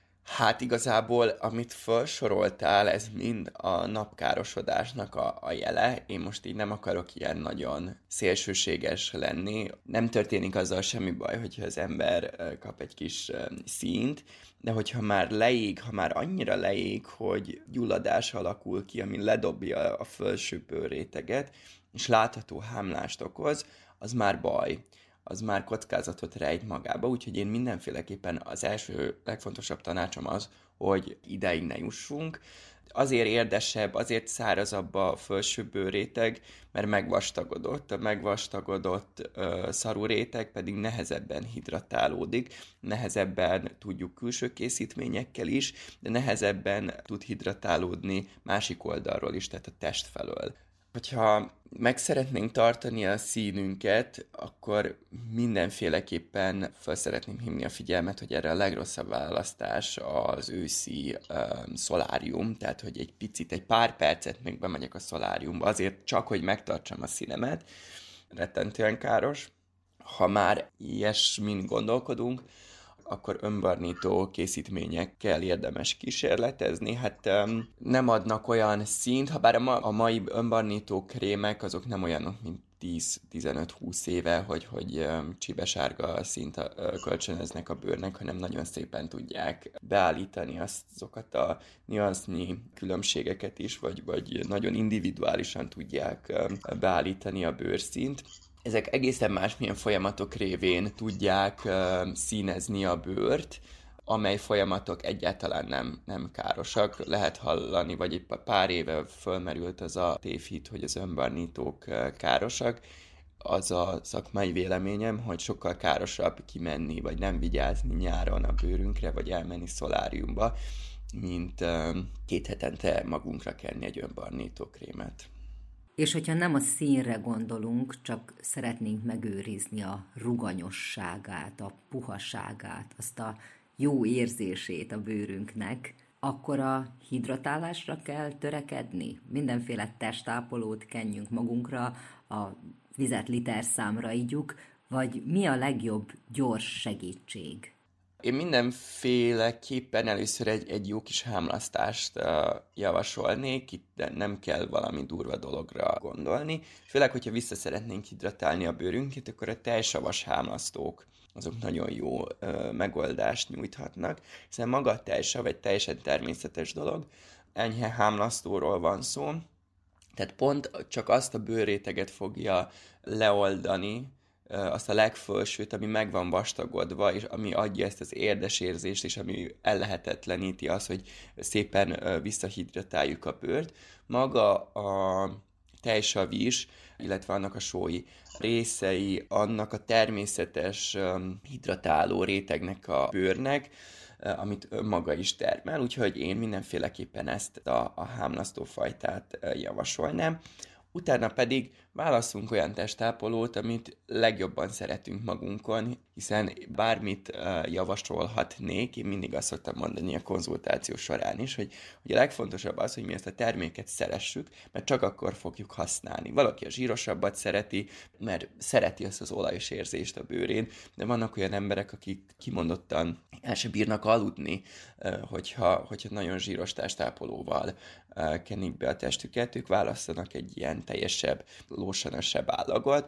Hát igazából, amit felsoroltál, ez mind a napkárosodásnak a, a jele. Én most így nem akarok ilyen nagyon szélsőséges lenni. Nem történik azzal semmi baj, hogyha az ember kap egy kis színt, de hogyha már leég, ha már annyira leég, hogy gyulladás alakul ki, ami ledobja a felső bőrréteget, és látható hámlást okoz, az már baj. Az már kockázatot rejt magába, úgyhogy én mindenféleképpen az első legfontosabb tanácsom az, hogy ideig ne jussunk. Azért érdesebb, azért szárazabb a felső bőrréteg, mert megvastagodott. A megvastagodott ö, szarú réteg pedig nehezebben hidratálódik, nehezebben tudjuk külső készítményekkel is, de nehezebben tud hidratálódni másik oldalról is, tehát a test felől. Hogyha meg szeretnénk tartani a színünket, akkor mindenféleképpen fel szeretném hívni a figyelmet, hogy erre a legrosszabb választás az őszi um, szolárium, tehát hogy egy picit, egy pár percet még bemegyek a szoláriumba, azért csak, hogy megtartsam a színemet, rettentően káros. Ha már ilyesmin gondolkodunk, akkor önbarnító készítményekkel érdemes kísérletezni. Hát um, nem adnak olyan színt, ha bár a, ma, a mai önbarnító krémek azok nem olyanok, mint tíz-tizenöt-húsz éve, hogy, hogy um, csípesárga színt uh, kölcsönöznek a bőrnek, hanem nagyon szépen tudják beállítani azokat a nüansznyi különbségeket is, vagy, vagy nagyon individuálisan tudják um, beállítani a bőrszínt. Ezek egészen másmilyen folyamatok révén tudják uh, színezni a bőrt, amely folyamatok egyáltalán nem, nem károsak. Lehet hallani, vagy egy pár éve fölmerült az a tévhit, hogy az önbarnítók uh, károsak. Az a szakmai véleményem, hogy sokkal károsabb kimenni, vagy nem vigyázni nyáron a bőrünkre, vagy elmenni szoláriumba, mint uh, két hetente magunkra kenni egy önbarnító krémet. És hogyha nem a színre gondolunk, csak szeretnénk megőrizni a ruganyosságát, a puhaságát, azt a jó érzését a bőrünknek, akkor a hidratálásra kell törekedni. Mindenféle testápolót kenjünk magunkra, a vizet literszámra igyuk, vagy mi a legjobb gyors segítség? Én mindenféleképpen először egy, egy jó kis hámlasztást uh, javasolnék, itt nem kell valami durva dologra gondolni. Főleg, hogyha vissza szeretnénk hidratálni a bőrünket, akkor a tejsavas hámlasztók azok nagyon jó uh, megoldást nyújthatnak, hiszen maga a tejsav egy teljesen természetes dolog, enyhe hámlasztóról van szó, tehát pont csak azt a bőrréteget fogja leoldani, azt a legfölsőt, ami meg van vastagodva, és ami adja ezt az érdes érzést, és ami ellehetetleníti azt, hogy szépen visszahidratáljuk a bőrt. Maga a tejsav is, illetve annak a sói részei, annak a természetes hidratáló rétegnek a bőrnek, amit maga is termel, úgyhogy én mindenféleképpen ezt a, a hámlasztófajtát javasolnám. Utána pedig válasszunk olyan testápolót, amit legjobban szeretünk magunkon, hiszen bármit uh, javasolhatnék, én mindig azt szoktam mondani a konzultáció során is, hogy, hogy a legfontosabb az, hogy mi ezt a terméket szeressük, mert csak akkor fogjuk használni. Valaki a zsírosabbat szereti, mert szereti azt az olajos érzést a bőrén, de vannak olyan emberek, akik kimondottan el se bírnak aludni, uh, hogyha, hogyha nagyon zsíros testápolóval kenik be a testüket, ők választanak egy ilyen teljesebb, lósanasabb állagot,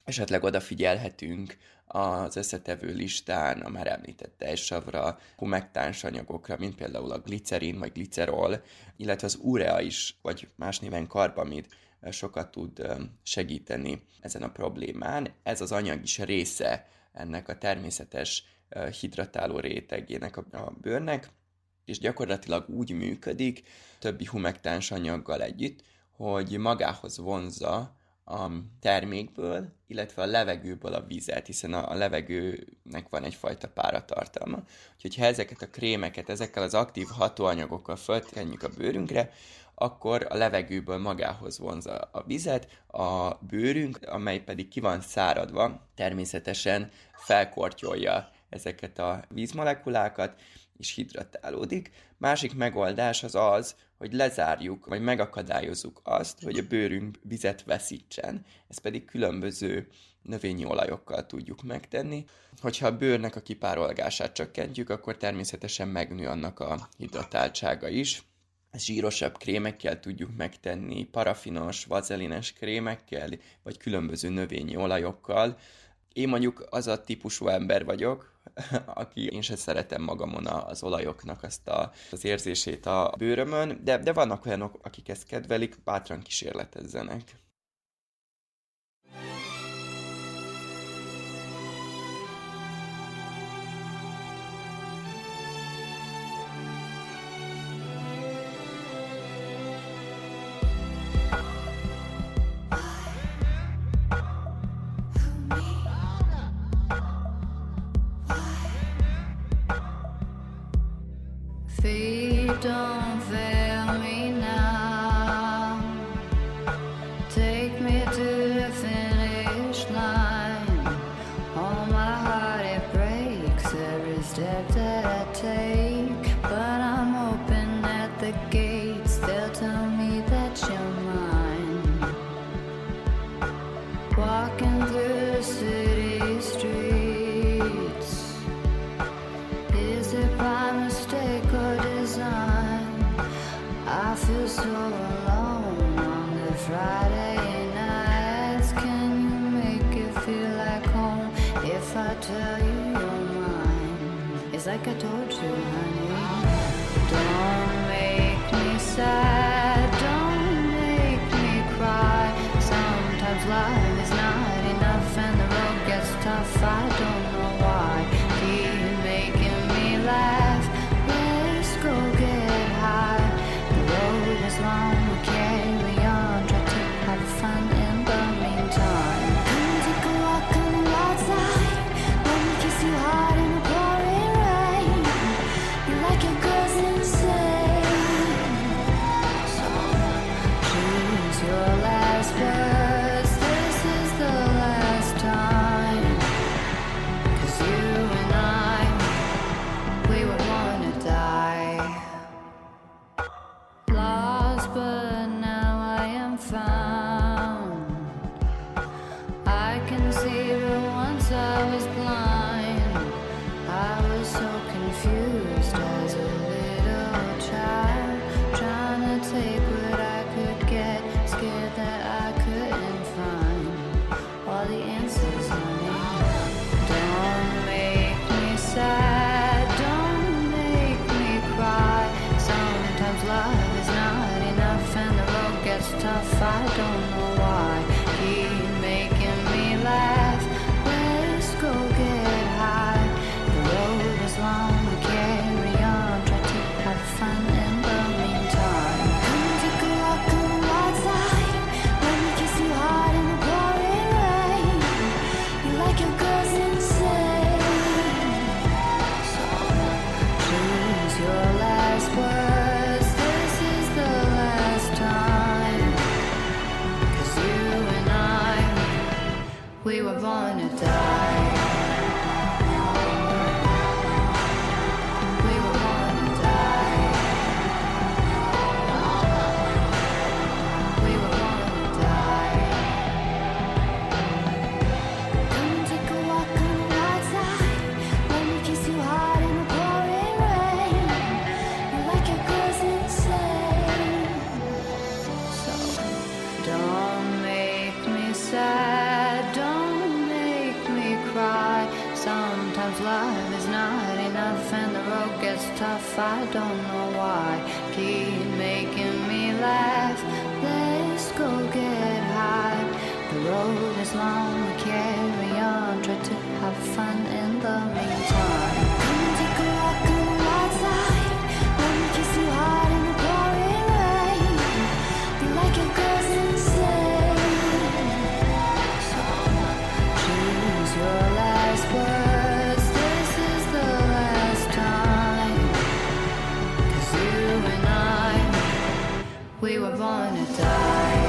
Esetleg odafigyelhetünk az összetevő listán a már említett tejsavra, humektáns anyagokra, mint például a glicerin vagy glicerol, illetve az urea is, vagy más néven karbamid sokat tud segíteni ezen a problémán. Ez az anyag is része ennek a természetes hidratáló rétegének a bőrnek, és gyakorlatilag úgy működik többi humektáns anyaggal együtt, hogy magához vonzza a termékből, illetve a levegőből a vizet, hiszen a levegőnek van egyfajta páratartalma. Úgyhogy ha ezeket a krémeket, ezekkel az aktív hatóanyagokkal föltenjük a bőrünkre, akkor a levegőből magához vonza a vizet, a bőrünk, amely pedig ki van száradva, természetesen felkortyolja ezeket a vízmolekulákat, és hidratálódik. Másik megoldás az az, hogy lezárjuk, vagy megakadályozzuk azt, hogy a bőrünk vizet veszítsen. Ezt pedig különböző növényi olajokkal tudjuk megtenni. Hogyha a bőrnek a kipárolgását csökkentjük, akkor természetesen megnő annak a hidratáltsága is. Ezt zsírosabb krémekkel tudjuk megtenni, parafinos, vazelines krémekkel, vagy különböző növényi olajokkal. Én mondjuk az a típusú ember vagyok, aki én sem szeretem magamon az olajoknak azt a, az érzését a bőrömön, de, de vannak olyanok, akik ezt kedvelik, bátran kísérletezzenek. Feet don't fail me now. Take me to the finish line. Oh, my heart, it breaks every step that I take. But I'm hoping at the gates they'll tell me that you're mine. Walking through the city streets. Is it by mistake or design? I feel so alone on the Friday nights. Can you make it feel like home if I tell you you're mine? It's like I told you, honey. Don't make me sad, don't make me cry. Sometimes life is not enough and the road gets tough. I don't know why. Keep making me laugh. Let's go get high. The road is long, we carry on. Try to have fun in the meantime. Come take a walk on the wild side. Let me kiss you hard in the pouring rain. You like your girls insane. So choose your last words. This is the last time. 'Cause you and I, we would wanna die. Lost, but now I am found. I can see, but once I was blind. I was so confused as a little child, trying to take what I could get, scared that I couldn't find all the answers, honey. Don't make me sad, don't make me cry. Sometimes love is not enough and the road gets tough. I don't know why. Keep making me laugh. Let's go get high. The road is long, we carry on. love is not enough and the road gets tough. I don't know why. Keep making me laugh. Let's go get high. The road is long, we carry on. Try to have fun in the meantime. Come and take a walk on the outside. Let me kiss you hard in the pouring rain. Be like your girl's insane. So choose your last words. This is the last time. 'Cause you and I, we were born to die.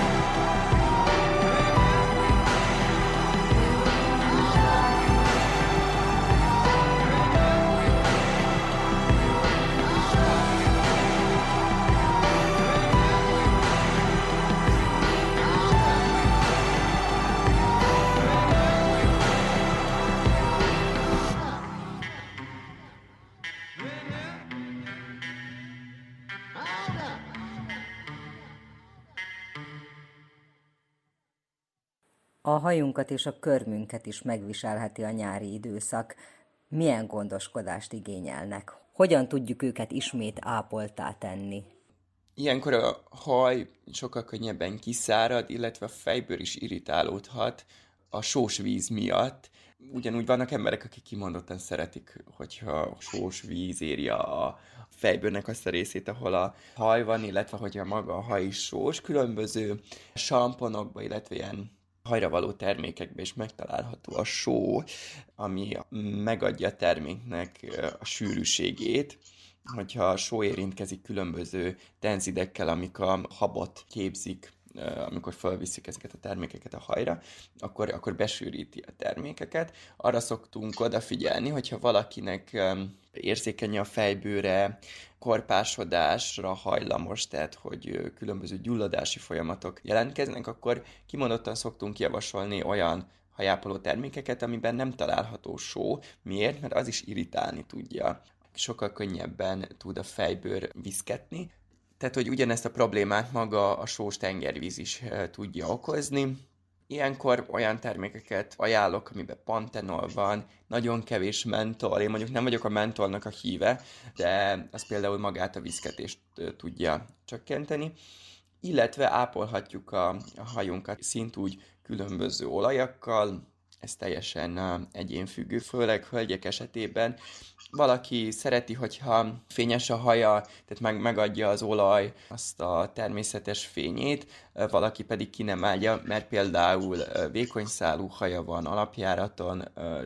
A hajunkat és a körmünket is megviselheti a nyári időszak. Milyen gondoskodást igényelnek? Hogyan tudjuk őket ismét ápolttá tenni? Ilyenkor a haj sokkal könnyebben kiszárad, illetve a fejbőr is irritálódhat a sós víz miatt. Ugyanúgy vannak emberek, akik kimondottan szeretik, hogyha a sós víz éri a fejbőrnek azt a részét, ahol a haj van, illetve hogyha maga a haj is sós. Különböző samponokba, illetve ilyen hajra való termékekben is megtalálható a só, ami megadja a terméknek a sűrűségét. Hogyha a só érintkezik különböző tenzidekkel, amik a habot képzik, amikor felviszik ezeket a termékeket a hajra, akkor, akkor besűríti a termékeket. Arra szoktunk odafigyelni, hogyha valakinek érzékeny a fejbőre, korpásodásra hajlamos, tehát hogy különböző gyulladási folyamatok jelentkeznek, akkor kimondottan szoktunk javasolni olyan hajápoló termékeket, amiben nem található só. Miért? Mert az is irritálni tudja. Sokkal könnyebben tud a fejbőr viszketni. Tehát, hogy ugyanezt a problémát maga a sós tengervíz is tudja okozni. Ilyenkor olyan termékeket ajánlok, amiben pantenol van, nagyon kevés mentol. Én mondjuk nem vagyok a mentolnak a híve, de az például magát a viszketést tudja csökkenteni. Illetve ápolhatjuk a, a hajunkat szintúgy különböző olajakkal, ez teljesen egyénfüggő, főleg hölgyek esetében. Valaki szereti, hogyha fényes a haja, tehát meg, megadja az olaj azt a természetes fényét, valaki pedig ki nem állja, mert például vékony szálú haja van alapjáraton,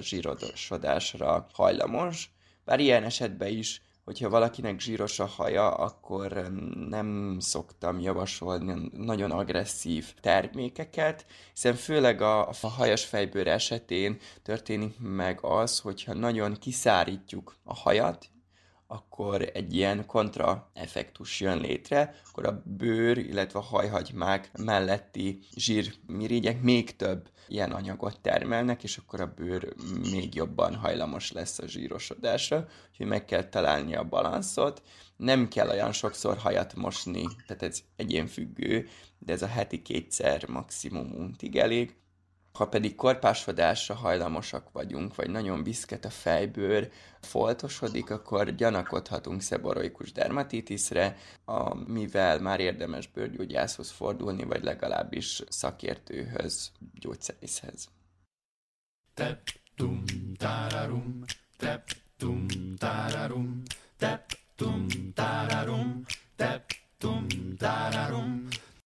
zsírosodásra hajlamos. Bár ilyen esetben is, hogyha valakinek zsíros a haja, akkor nem szoktam javasolni nagyon agresszív termékeket, hiszen főleg a, a hajas fejbőr esetén történik meg az, hogyha nagyon kiszárítjuk a hajat, akkor egy ilyen kontraeffektus jön létre, akkor a bőr, illetve a hajhagymák melletti zsírmirigyek még több ilyen anyagot termelnek, és akkor a bőr még jobban hajlamos lesz a zsírosodásra, úgyhogy meg kell találni a balanszot. Nem kell olyan sokszor hajat mosni, tehát ez egyénfüggő, de ez a heti kétszer maximum untig elég. Ha pedig korpásodásra hajlamosak vagyunk, vagy nagyon viszket a fejbőr, foltosodik, akkor gyanakodhatunk szeboroikus dermatitiszre, amivel már érdemes bőrgyógyászhoz fordulni, vagy legalábbis szakértőhöz, gyógyszerészhez. Tep-tum, tararum, tep-tum, tararum, tep-tum, tararum, tep-tum, tararum.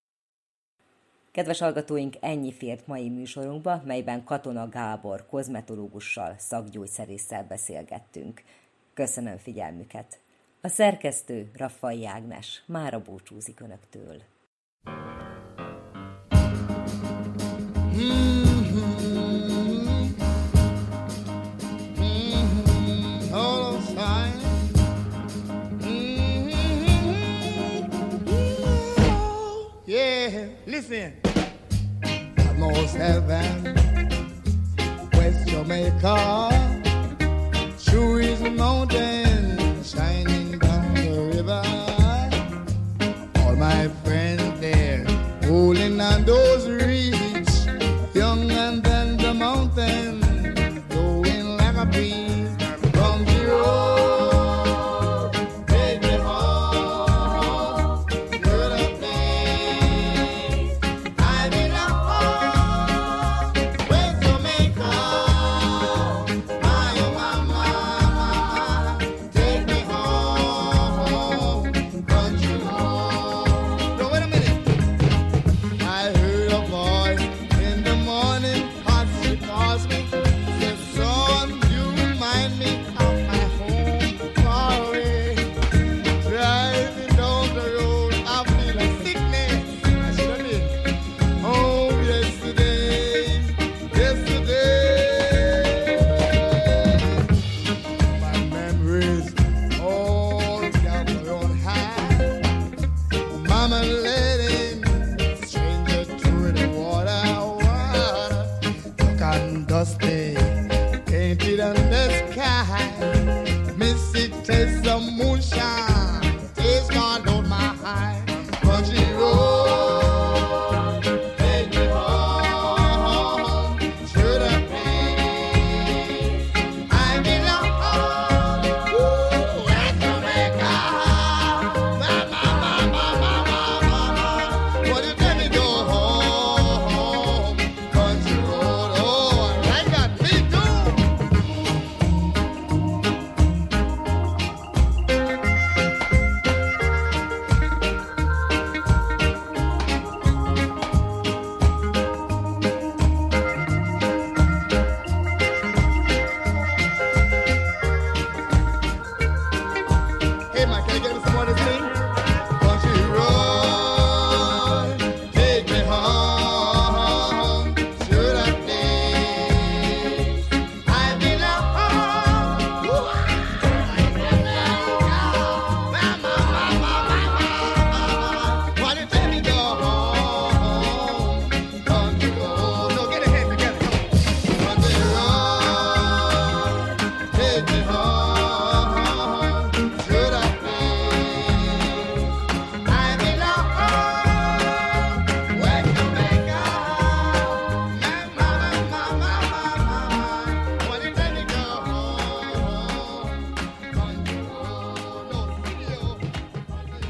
Kedves hallgatóink, ennyi fért mai műsorunkba, melyben Katona Gábor kozmetológussal, szakgyógyszerésszel beszélgettünk. Köszönöm figyelmüket! A szerkesztő Raffai Ágnes mára búcsúzik Önöktől. Listen, North Heaven, West Jamaica, True is the mountain shining down the river. All my friends there, holding on those reeds, young and then the mountain, going like a bee. sky. Missy taste the moonshine, taste God on my high. Country road, take me home to the place I belong. Ooh, that's Jamaica. My, my, my, my, my, my, my, my. Won't you let me go home? Country road, oh, I got me too. Hey man, can you get me some more of this thing? Country road, take me home to that place I belong. Ooh, I belong. My, my, my, my, my, my, my. Why you let me go home? Country road, no, get your hands together. Country road, take me home to that place I belong. Where Jamaica, my, my, my, my, my, my. Why you let me go home? Country road, no, video. Country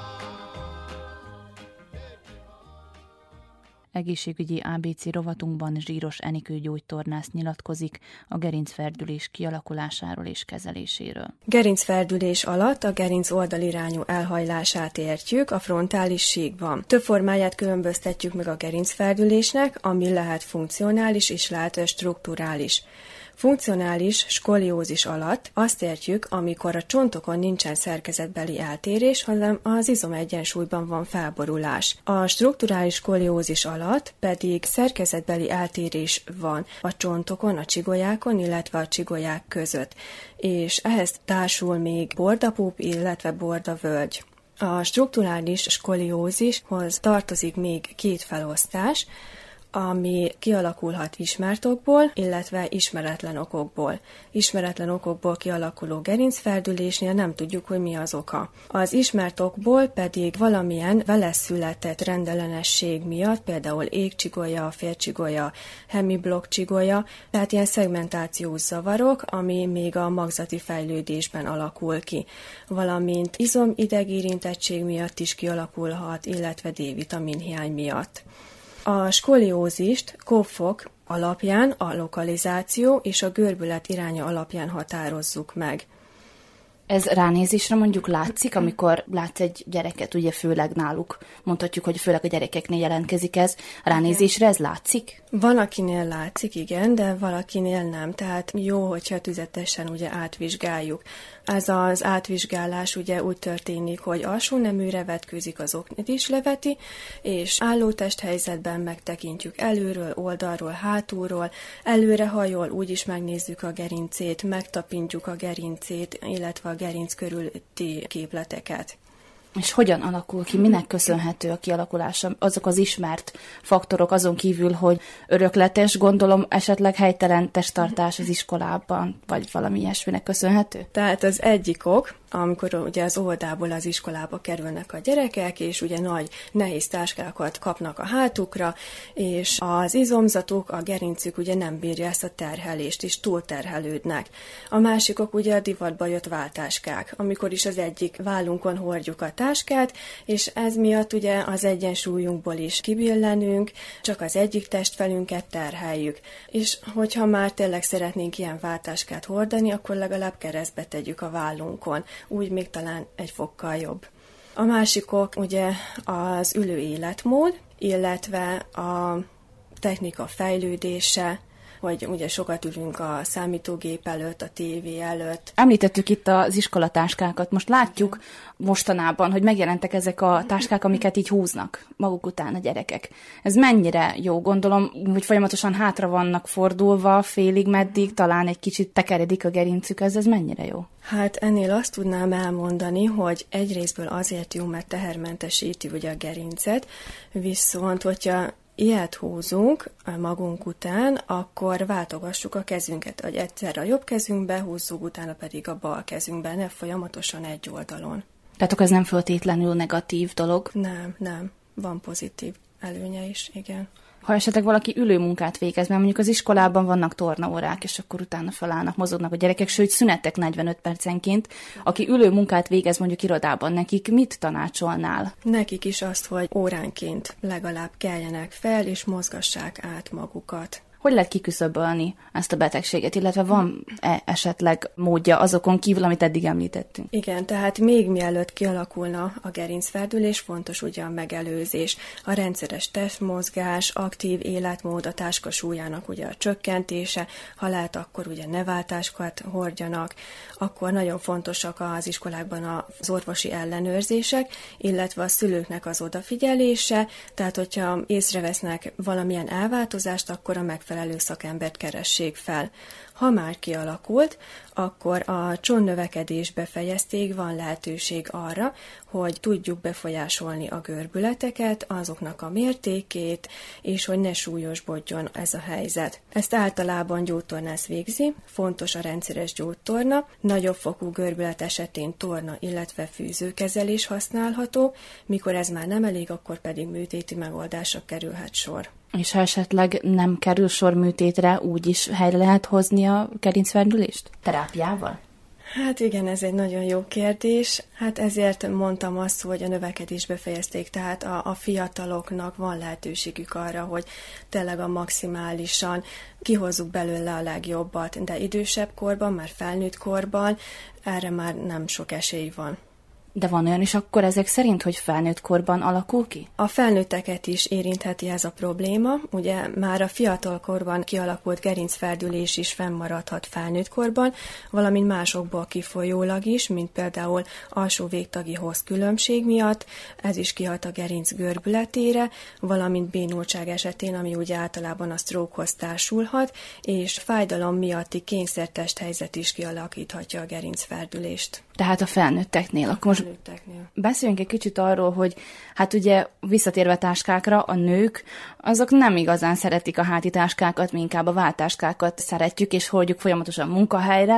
Egészségügyi á bé cé rovatunkban Zsíros Enikő gyógytornász nyilatkozik a gerincferdülés kialakulásáról és kezeléséről. Gerincferdülés alatt a gerinc oldalirányú elhajlását értjük a frontális síkban. Több formáját különböztetjük meg a gerincferdülésnek, ami lehet funkcionális és lehet strukturális. Funkcionális skoliózis alatt azt értjük, amikor a csontokon nincsen szerkezetbeli eltérés, hanem az izomegyensúlyban van felborulás. A strukturális skoliózis alatt pedig szerkezetbeli eltérés van a csontokon, a csigolyákon, illetve a csigolyák között, és ehhez társul még bordapúp, illetve bordavölgy. A strukturális skoliózishoz tartozik még két felosztás, ami kialakulhat ismert okból, illetve ismeretlen okokból. Ismeretlen okokból kialakuló gerincferdülésnél nem tudjuk, hogy mi az oka. Az ismert okból pedig valamilyen vele született rendellenesség miatt, például égcsigolya, félcsigolya, hemiblokkcsigolya, tehát ilyen szegmentációs zavarok, ami még a magzati fejlődésben alakul ki, valamint izomidegérintettség miatt is kialakulhat, illetve D-vitaminhiány miatt. A skoliózist Kopfok alapján, a lokalizáció és a görbület iránya alapján határozzuk meg. Ez ránézésre mondjuk látszik, amikor látsz egy gyereket, ugye főleg náluk, mondhatjuk, hogy főleg a gyerekeknél jelentkezik ez, ránézésre ez látszik? Van, akinél látszik, igen, de valakinél nem, tehát jó, hogyha tüzetesen ugye átvizsgáljuk. Ez az átvizsgálás ugye úgy történik, hogy alsó neműre vetkőzik, az oknit is leveti, és álló testhelyzetben megtekintjük előről, oldalról, hátulról, előre hajol, úgy is megnézzük a gerincét, megtapintjuk a gerincét, illetve a gerinc körüli képleteket. És hogyan alakul ki, minek köszönhető a kialakulása? Azok az ismert faktorok azon kívül, hogy örökletes, gondolom esetleg helytelen testtartás az iskolában, vagy valami ilyesminek köszönhető? Tehát az egyik ok, amikor ugye az óvodából az iskolába kerülnek a gyerekek, és ugye nagy, nehéz táskákat kapnak a hátukra, és az izomzatuk, a gerincük ugye nem bírja ezt a terhelést, és túlterhelődnek. A másikok ugye a divatba jött váltáskák, amikor is az egyik vállunkon hordjuk a táskát, és ez miatt ugye az egyensúlyunkból is kibillenünk, csak az egyik testfelünket terheljük. És hogyha már tényleg szeretnénk ilyen váltáskát hordani, akkor legalább keresztbe tegyük a vállunkon, úgy még talán egy fokkal jobb. A másikok ugye az ülő életmód, illetve a technika fejlődése, hogy ugye sokat ülünk a számítógép előtt, a tévé előtt. Említettük itt az iskolatáskákat. Most látjuk mostanában, hogy megjelentek ezek a táskák, amiket így húznak maguk után a gyerekek. Ez mennyire jó? Gondolom, hogy folyamatosan hátra vannak fordulva, félig meddig, talán egy kicsit tekeredik a gerincük, ez, ez mennyire jó? Hát ennél azt tudnám elmondani, hogy egyrésztből azért jó, mert tehermentesíti ugye a gerincet, viszont hogyha ilyet húzunk magunk után, akkor váltogassuk a kezünket, hogy egyszer a jobb kezünkbe húzzuk, utána pedig a bal kezünkbe, ne folyamatosan egy oldalon. Tehát akkor ez nem feltétlenül negatív dolog? Nem, nem. Van pozitív előnye is, igen. Ha esetleg valaki ülőmunkát végez, mert mondjuk az iskolában vannak tornaórák, és akkor utána felállnak, mozognak a gyerekek, sőt szünetek negyvenöt percenként. Aki ülőmunkát végez mondjuk irodában, nekik mit tanácsolnál? Nekik is azt, hogy óránként legalább keljenek fel, és mozgassák át magukat. Hogy lehet kiküszöbölni ezt a betegséget, illetve van-e esetleg módja azokon kívül, amit eddig említettünk? Igen, tehát még mielőtt kialakulna a gerincfeldülés, fontos ugye a megelőzés, a rendszeres testmozgás, aktív életmód, a táska súlyának ugye a csökkentése, ha lehet, akkor ugye neváltásokat hordjanak, akkor nagyon fontosak az iskolákban az orvosi ellenőrzések, illetve a szülőknek az odafigyelése, tehát hogyha észrevesznek valamilyen elváltozást, akkor a megfelelő szakembert keressék fel. Ha már kialakult, akkor a csonnnövekedés befejezték, van lehetőség arra, hogy tudjuk befolyásolni a görbületeket, azoknak a mértékét, és hogy ne súlyosbodjon ez a helyzet. Ezt általában gyógytornász végzi, fontos a rendszeres gyógytorna, nagyobb fokú görbület esetén torna, illetve fűzőkezelés használható, mikor ez már nem elég, akkor pedig műtéti megoldásra kerülhet sor. És ha esetleg nem kerül sor műtétre, úgy is helyre lehet hozni a gerincfeldülést? Terápiával? Hát igen, ez egy nagyon jó kérdés. Hát ezért mondtam azt, hogy a növekedést befejezték, tehát a, a fiataloknak van lehetőségük arra, hogy tényleg a maximálisan kihozzuk belőle a legjobbat, de idősebb korban, már felnőtt korban erre már nem sok esély van. De van olyan is akkor ezek szerint, hogy felnőtt korban alakul ki? A felnőtteket is érintheti ez a probléma. Ugye már a fiatal korban kialakult gerincfeldülés is fennmaradhat felnőtt korban, valamint másokból kifolyólag is, mint például alsó végtagi hozkülönbség miatt, ez is kihat a gerinc görbületére, valamint bénultság esetén, ami ugye általában a stroke-hoz társulhat, és fájdalom miatti kényszertesthelyzet is kialakíthatja a gerincfeldülést. Tehát a felnőtteknél. Akkor most beszéljünk egy kicsit arról, hogy hát ugye visszatérve a táskákra, a nők azok nem igazán szeretik a hátitáskákat, mi inkább a váltáskákat szeretjük, és hordjuk folyamatosan munkahelyre.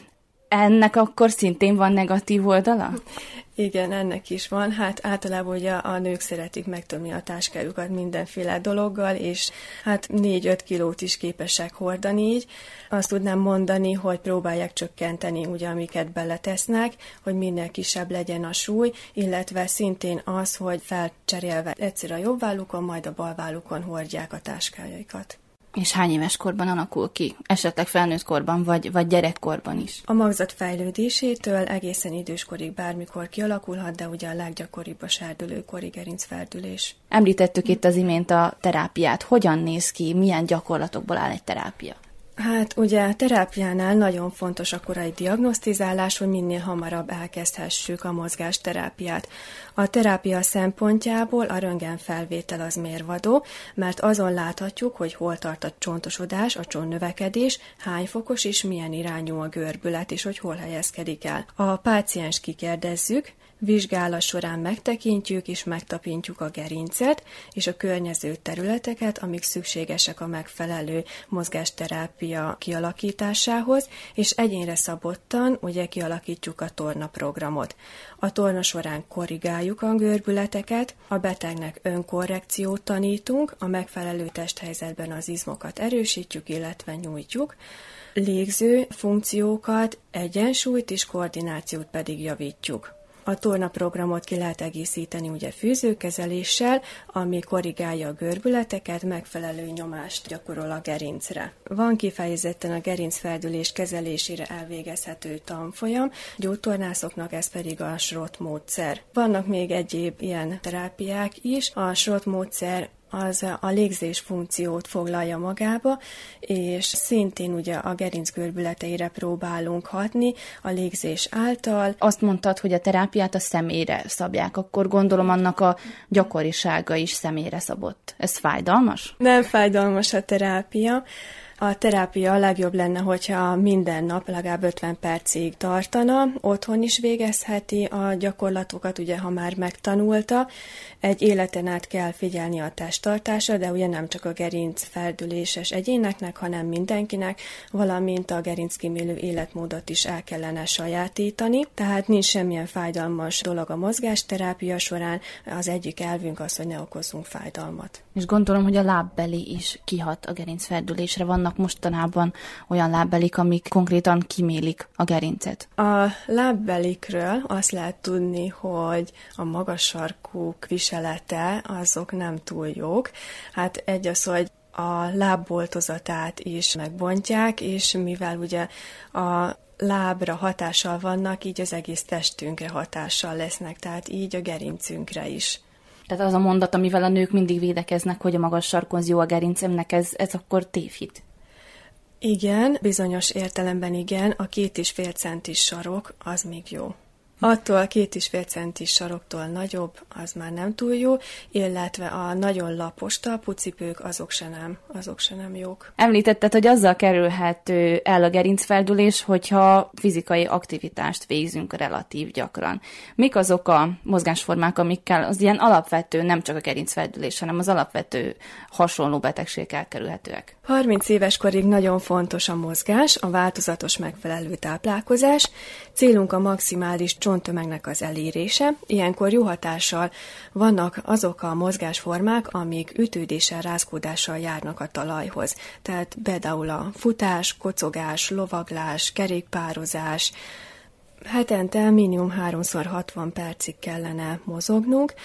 Ennek akkor szintén van negatív oldala? Igen, ennek is van. Hát általában ugye a nők szeretik megtömni a táskájukat mindenféle dologgal, és hát négy-öt kilót is képesek hordani így. Azt tudnám mondani, hogy próbálják csökkenteni, ugye, amiket beletesznek, hogy minél kisebb legyen a súly, illetve szintén az, hogy felcserélve egyszer a jobb vállukon, majd a bal vállukon hordják a táskájaikat. És hány éves korban alakul ki? Esetleg felnőtt korban, vagy, vagy gyerekkorban is? A magzat fejlődésétől egészen időskorig bármikor kialakulhat, de ugye a leggyakoribb a serdülőkori gerincfeldülés. Említettük itt az imént a terápiát. Hogyan néz ki, milyen gyakorlatokból áll egy terápia? Hát ugye a terápiánál nagyon fontos a korai diagnosztizálás, hogy minél hamarabb elkezdhessük a mozgásterápiát. A terápia szempontjából a röntgenfelvétel az mérvadó, mert azon láthatjuk, hogy hol tart a csontosodás, a csonnnövekedés, hány fokos és milyen irányú a görbület, és hogy hol helyezkedik el. A páciens kikérdezzük, vizsgálat során megtekintjük és megtapintjuk a gerincet és a környező területeket, amik szükségesek a megfelelő mozgásterápia kialakításához, és egyénre szabottan ugye kialakítjuk a tornaprogramot. A torna során korrigáljuk a görbületeket, a betegnek önkorrekciót tanítunk, a megfelelő testhelyzetben az izmokat erősítjük, illetve nyújtjuk, légző funkciókat, egyensúlyt és koordinációt pedig javítjuk. A tornaprogramot ki lehet egészíteni ugye fűzőkezeléssel, ami korrigálja a görbületeket, megfelelő nyomást gyakorol a gerincre. Van kifejezetten a gerincfeldülés kezelésére elvégezhető tanfolyam, gyógytornászoknak ez pedig a SROT módszer. Vannak még egyéb ilyen terápiák is, a SROT módszer az a légzés funkciót foglalja magába, és szintén ugye a gerinc görbületeire próbálunk hatni a légzés által. Azt mondtad, hogy a terápiát a személyre szabják, akkor gondolom annak a gyakorisága is személyre szabott. Ez fájdalmas? Nem fájdalmas a terápia. A terápia a legjobb lenne, hogyha minden nap legalább ötven percig tartana, otthon is végezheti a gyakorlatokat, ugye ha már megtanulta. Egy életen át kell figyelni a testtartásra, de ugye nem csak a gerinc feldüléses egyéneknek, hanem mindenkinek, valamint a gerinckímélő életmódot is el kellene sajátítani. Tehát nincs semmilyen fájdalmas dolog a mozgásterápia során, az egyik elvünk az, hogy ne okozzunk fájdalmat. És gondolom, hogy a lábbeli is kihat a gerincferdülésre. Vannak mostanában olyan lábbelik, amik konkrétan kimélik a gerincet. A lábbelikről azt lehet tudni, hogy a magas sarkúk viselete azok nem túl jók. Hát egy az, hogy a lábboltozatát is megbontják, és mivel ugye a lábra hatással vannak, így az egész testünkre hatással lesznek, tehát így a gerincünkre is. Tehát az a mondat, amivel a nők mindig védekeznek, hogy a magas sarkon jó a gerincemnek, ez, ez akkor tévhit. Igen, bizonyos értelemben igen, a két és fél centis sarok az még jó. Attól a két és fél centis saroktól nagyobb, az már nem túl jó, illetve a nagyon lapos talpucipők, azok se nem, azok se nem jók. Említetted, hogy azzal kerülhet el a gerincfeldülés, hogyha fizikai aktivitást végzünk relatív gyakran. Mik azok a mozgásformák, amikkel az ilyen alapvető, nem csak a gerincfeldülés, hanem az alapvető hasonló betegségek elkerülhetőek? harminc éves korig nagyon fontos a mozgás, a változatos megfelelő táplálkozás. Célunk a maximális csonttömegnek az elérése. Ilyenkor jó hatással vannak azok a mozgásformák, amik ütődéssel, rázkódással járnak a talajhoz. Tehát például a futás, kocogás, lovaglás, kerékpározás. Hetente minimum háromszor hatvan percig kellene mozognunk.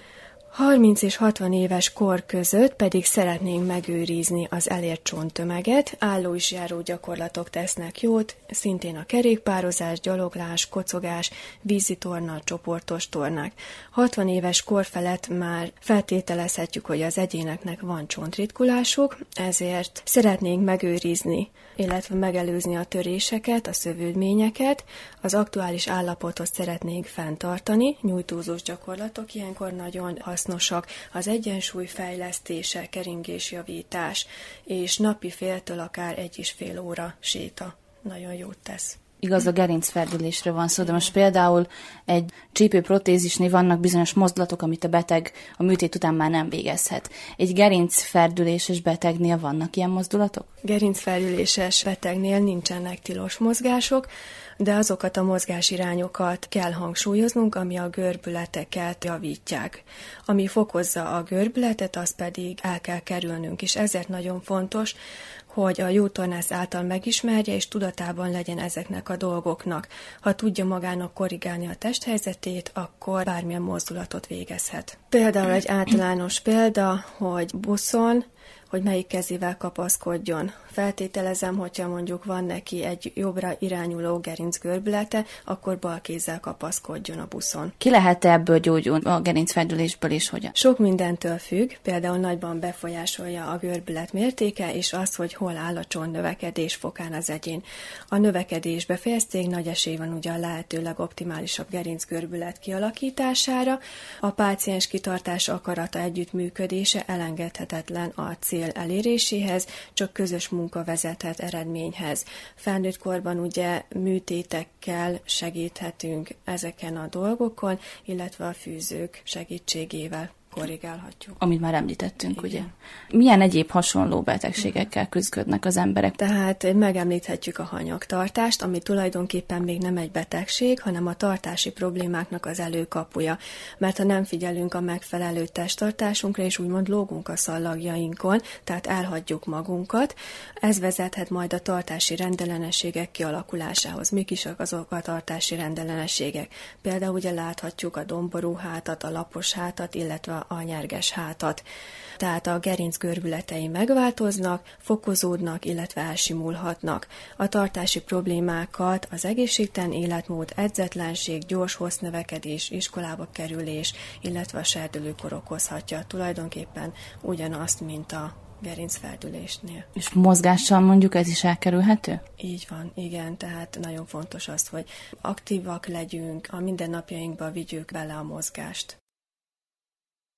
harminc és hatvan éves kor között pedig szeretnénk megőrizni az elért csonttömeget, álló is járó gyakorlatok tesznek jót, szintén a kerékpározás, gyaloglás, kocogás, vízitorna, csoportos tornák. hatvan éves kor felett már feltételezhetjük, hogy az egyéneknek van csontritkulásuk, ezért szeretnénk megőrizni, illetve megelőzni a töréseket, a szövődményeket, az aktuális állapotot szeretnénk fenntartani, nyújtózós gyakorlatok ilyenkor nagyon hasznosak, az egyensúly fejlesztése, keringésjavítás, és napi féltől akár egy és fél óra séta nagyon jót tesz. Igaz, a gerincferdülésre van szó, de most például egy csípőprotézisnél vannak bizonyos mozdulatok, amit a beteg a műtét után már nem végezhet. Egy gerincferdüléses betegnél vannak ilyen mozdulatok? Gerincferdüléses betegnél nincsenek tilos mozgások, de azokat a mozgásirányokat kell hangsúlyoznunk, ami a görbületeket javítják. Ami fokozza a görbületet, az pedig el kell kerülnünk, és ezért nagyon fontos, hogy a jó tornász által megismerje és tudatában legyen ezeknek a dolgoknak. Ha tudja magának korrigálni a testhelyzetét, akkor bármilyen mozdulatot végezhet. Például egy általános példa, hogy buszon, hogy melyik kezével kapaszkodjon. Feltételezem, hogyha mondjuk van neki egy jobbra irányuló gerincgörbülete, akkor bal kézzel kapaszkodjon a buszon. Ki lehet ebből gyógyulni a gerincferdülésből és hogyan? Sok mindentől függ, például nagyban befolyásolja a görbület mértéke, és az, hogy hol áll a csont-növekedés fokán az egyén. A növekedés befejezték, nagy esély van ugye a lehető legoptimálisabb gerincgörbület kialakítására. A páciens kitartás akarata együttműködése elengedhetetlen a cél eléréséhez, csak közös munka vezethet eredményhez. Felnőtt korban ugye műtétekkel segíthetünk ezeken a dolgokon, illetve a fűzők segítségével korrigálhatjuk. Amit már említettünk, Igen. ugye? Milyen egyéb hasonló betegségekkel küzdködnek az emberek? Tehát megemlíthetjük a hanyagtartást, ami tulajdonképpen még nem egy betegség, hanem a tartási problémáknak az előkapuja. Mert ha nem figyelünk a megfelelő testtartásunkra, és úgymond lógunk a szallagjainkon, tehát elhagyjuk magunkat, ez vezethet majd a tartási rendellenességek kialakulásához. Mik is azok a tartási rendellenességek? Például ugye láthatjuk a domború hátat, a lapos hátat, illetve a nyerges hátat. Tehát a gerinc görbületei megváltoznak, fokozódnak, illetve elsimulhatnak. A tartási problémákat az egészségtelen életmód, edzetlenség, gyors hossznövekedés, iskolába kerülés, illetve a serdülőkor okozhatja. Tulajdonképpen ugyanazt, mint a gerincfeldülésnél. És mozgással mondjuk ez is elkerülhető? Így van, igen, tehát nagyon fontos az, hogy aktívak legyünk, a mindennapjainkba vigyük bele a mozgást.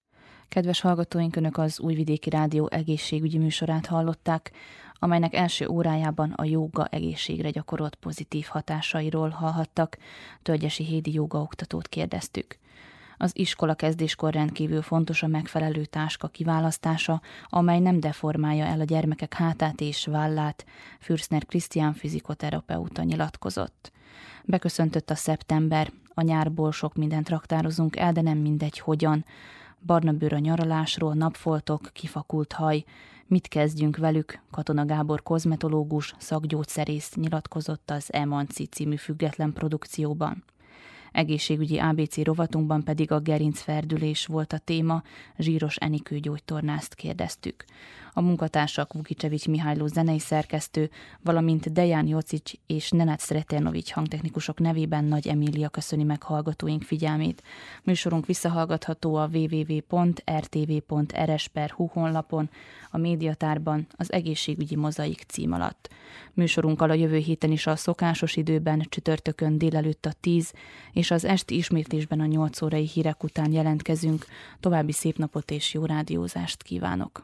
Kedves hallgatóink, Önök az Újvidéki Rádió egészségügyi műsorát hallották, amelynek első órájában a jóga egészségre gyakorolt pozitív hatásairól hallhattak. Tölgyesi Hédi jógaoktatót kérdeztük. Az iskola kezdéskor rendkívül fontos a megfelelő táska kiválasztása, amely nem deformálja el a gyermekek hátát és vállát, Fürszner Krisztián fizikoterapeuta nyilatkozott. Beköszöntött a szeptember, a nyárból sok mindent raktározunk el, de nem mindegy hogyan. Barna bőr a nyaralásról, napfoltok, kifakult haj. Mit kezdjünk velük? Katona Gábor kozmetológus, szakgyógyszerész nyilatkozott az Emanci című független produkcióban. Egészségügyi á bé cé rovatunkban pedig a gerincferdülés volt a téma, Zsíros Enikő gyógytornászt kérdeztük. A munkatársak Vukicsevics Mihályló zenei szerkesztő, valamint Deján Jocic és Nenad Sreternovics hangtechnikusok nevében Nagy Emília köszöni meg hallgatóink figyelmét. Műsorunk visszahallgatható a double-u double-u double-u pont r t v pont r s pont h u honlapon, a médiatárban az egészségügyi mozaik cím alatt. Műsorunkkal a jövő héten is a szokásos időben, csütörtökön délelőtt a tíz és az esti ismétlésben a nyolc órai hírek után jelentkezünk. További szép napot és jó rádiózást kívánok!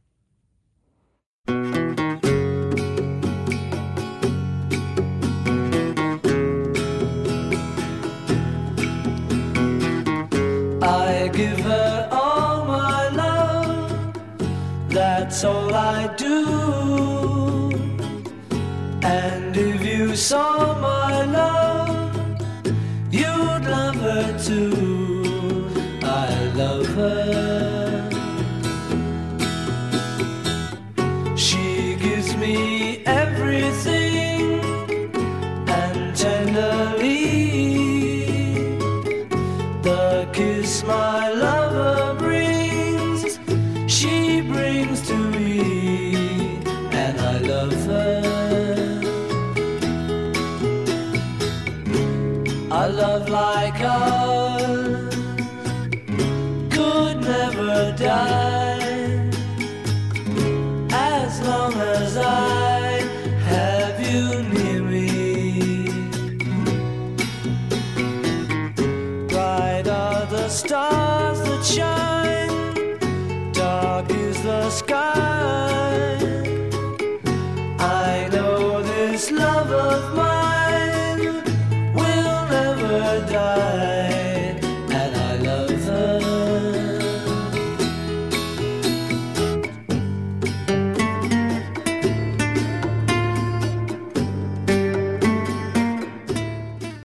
I give her all my love, that's all I do. And if you saw my love, you'd love her too. I love her. She gives me everything, and tenderly the kiss my lover brings, she brings to me, and I love her. A love like ours could never die, as long as I have you near me. Bright are the stars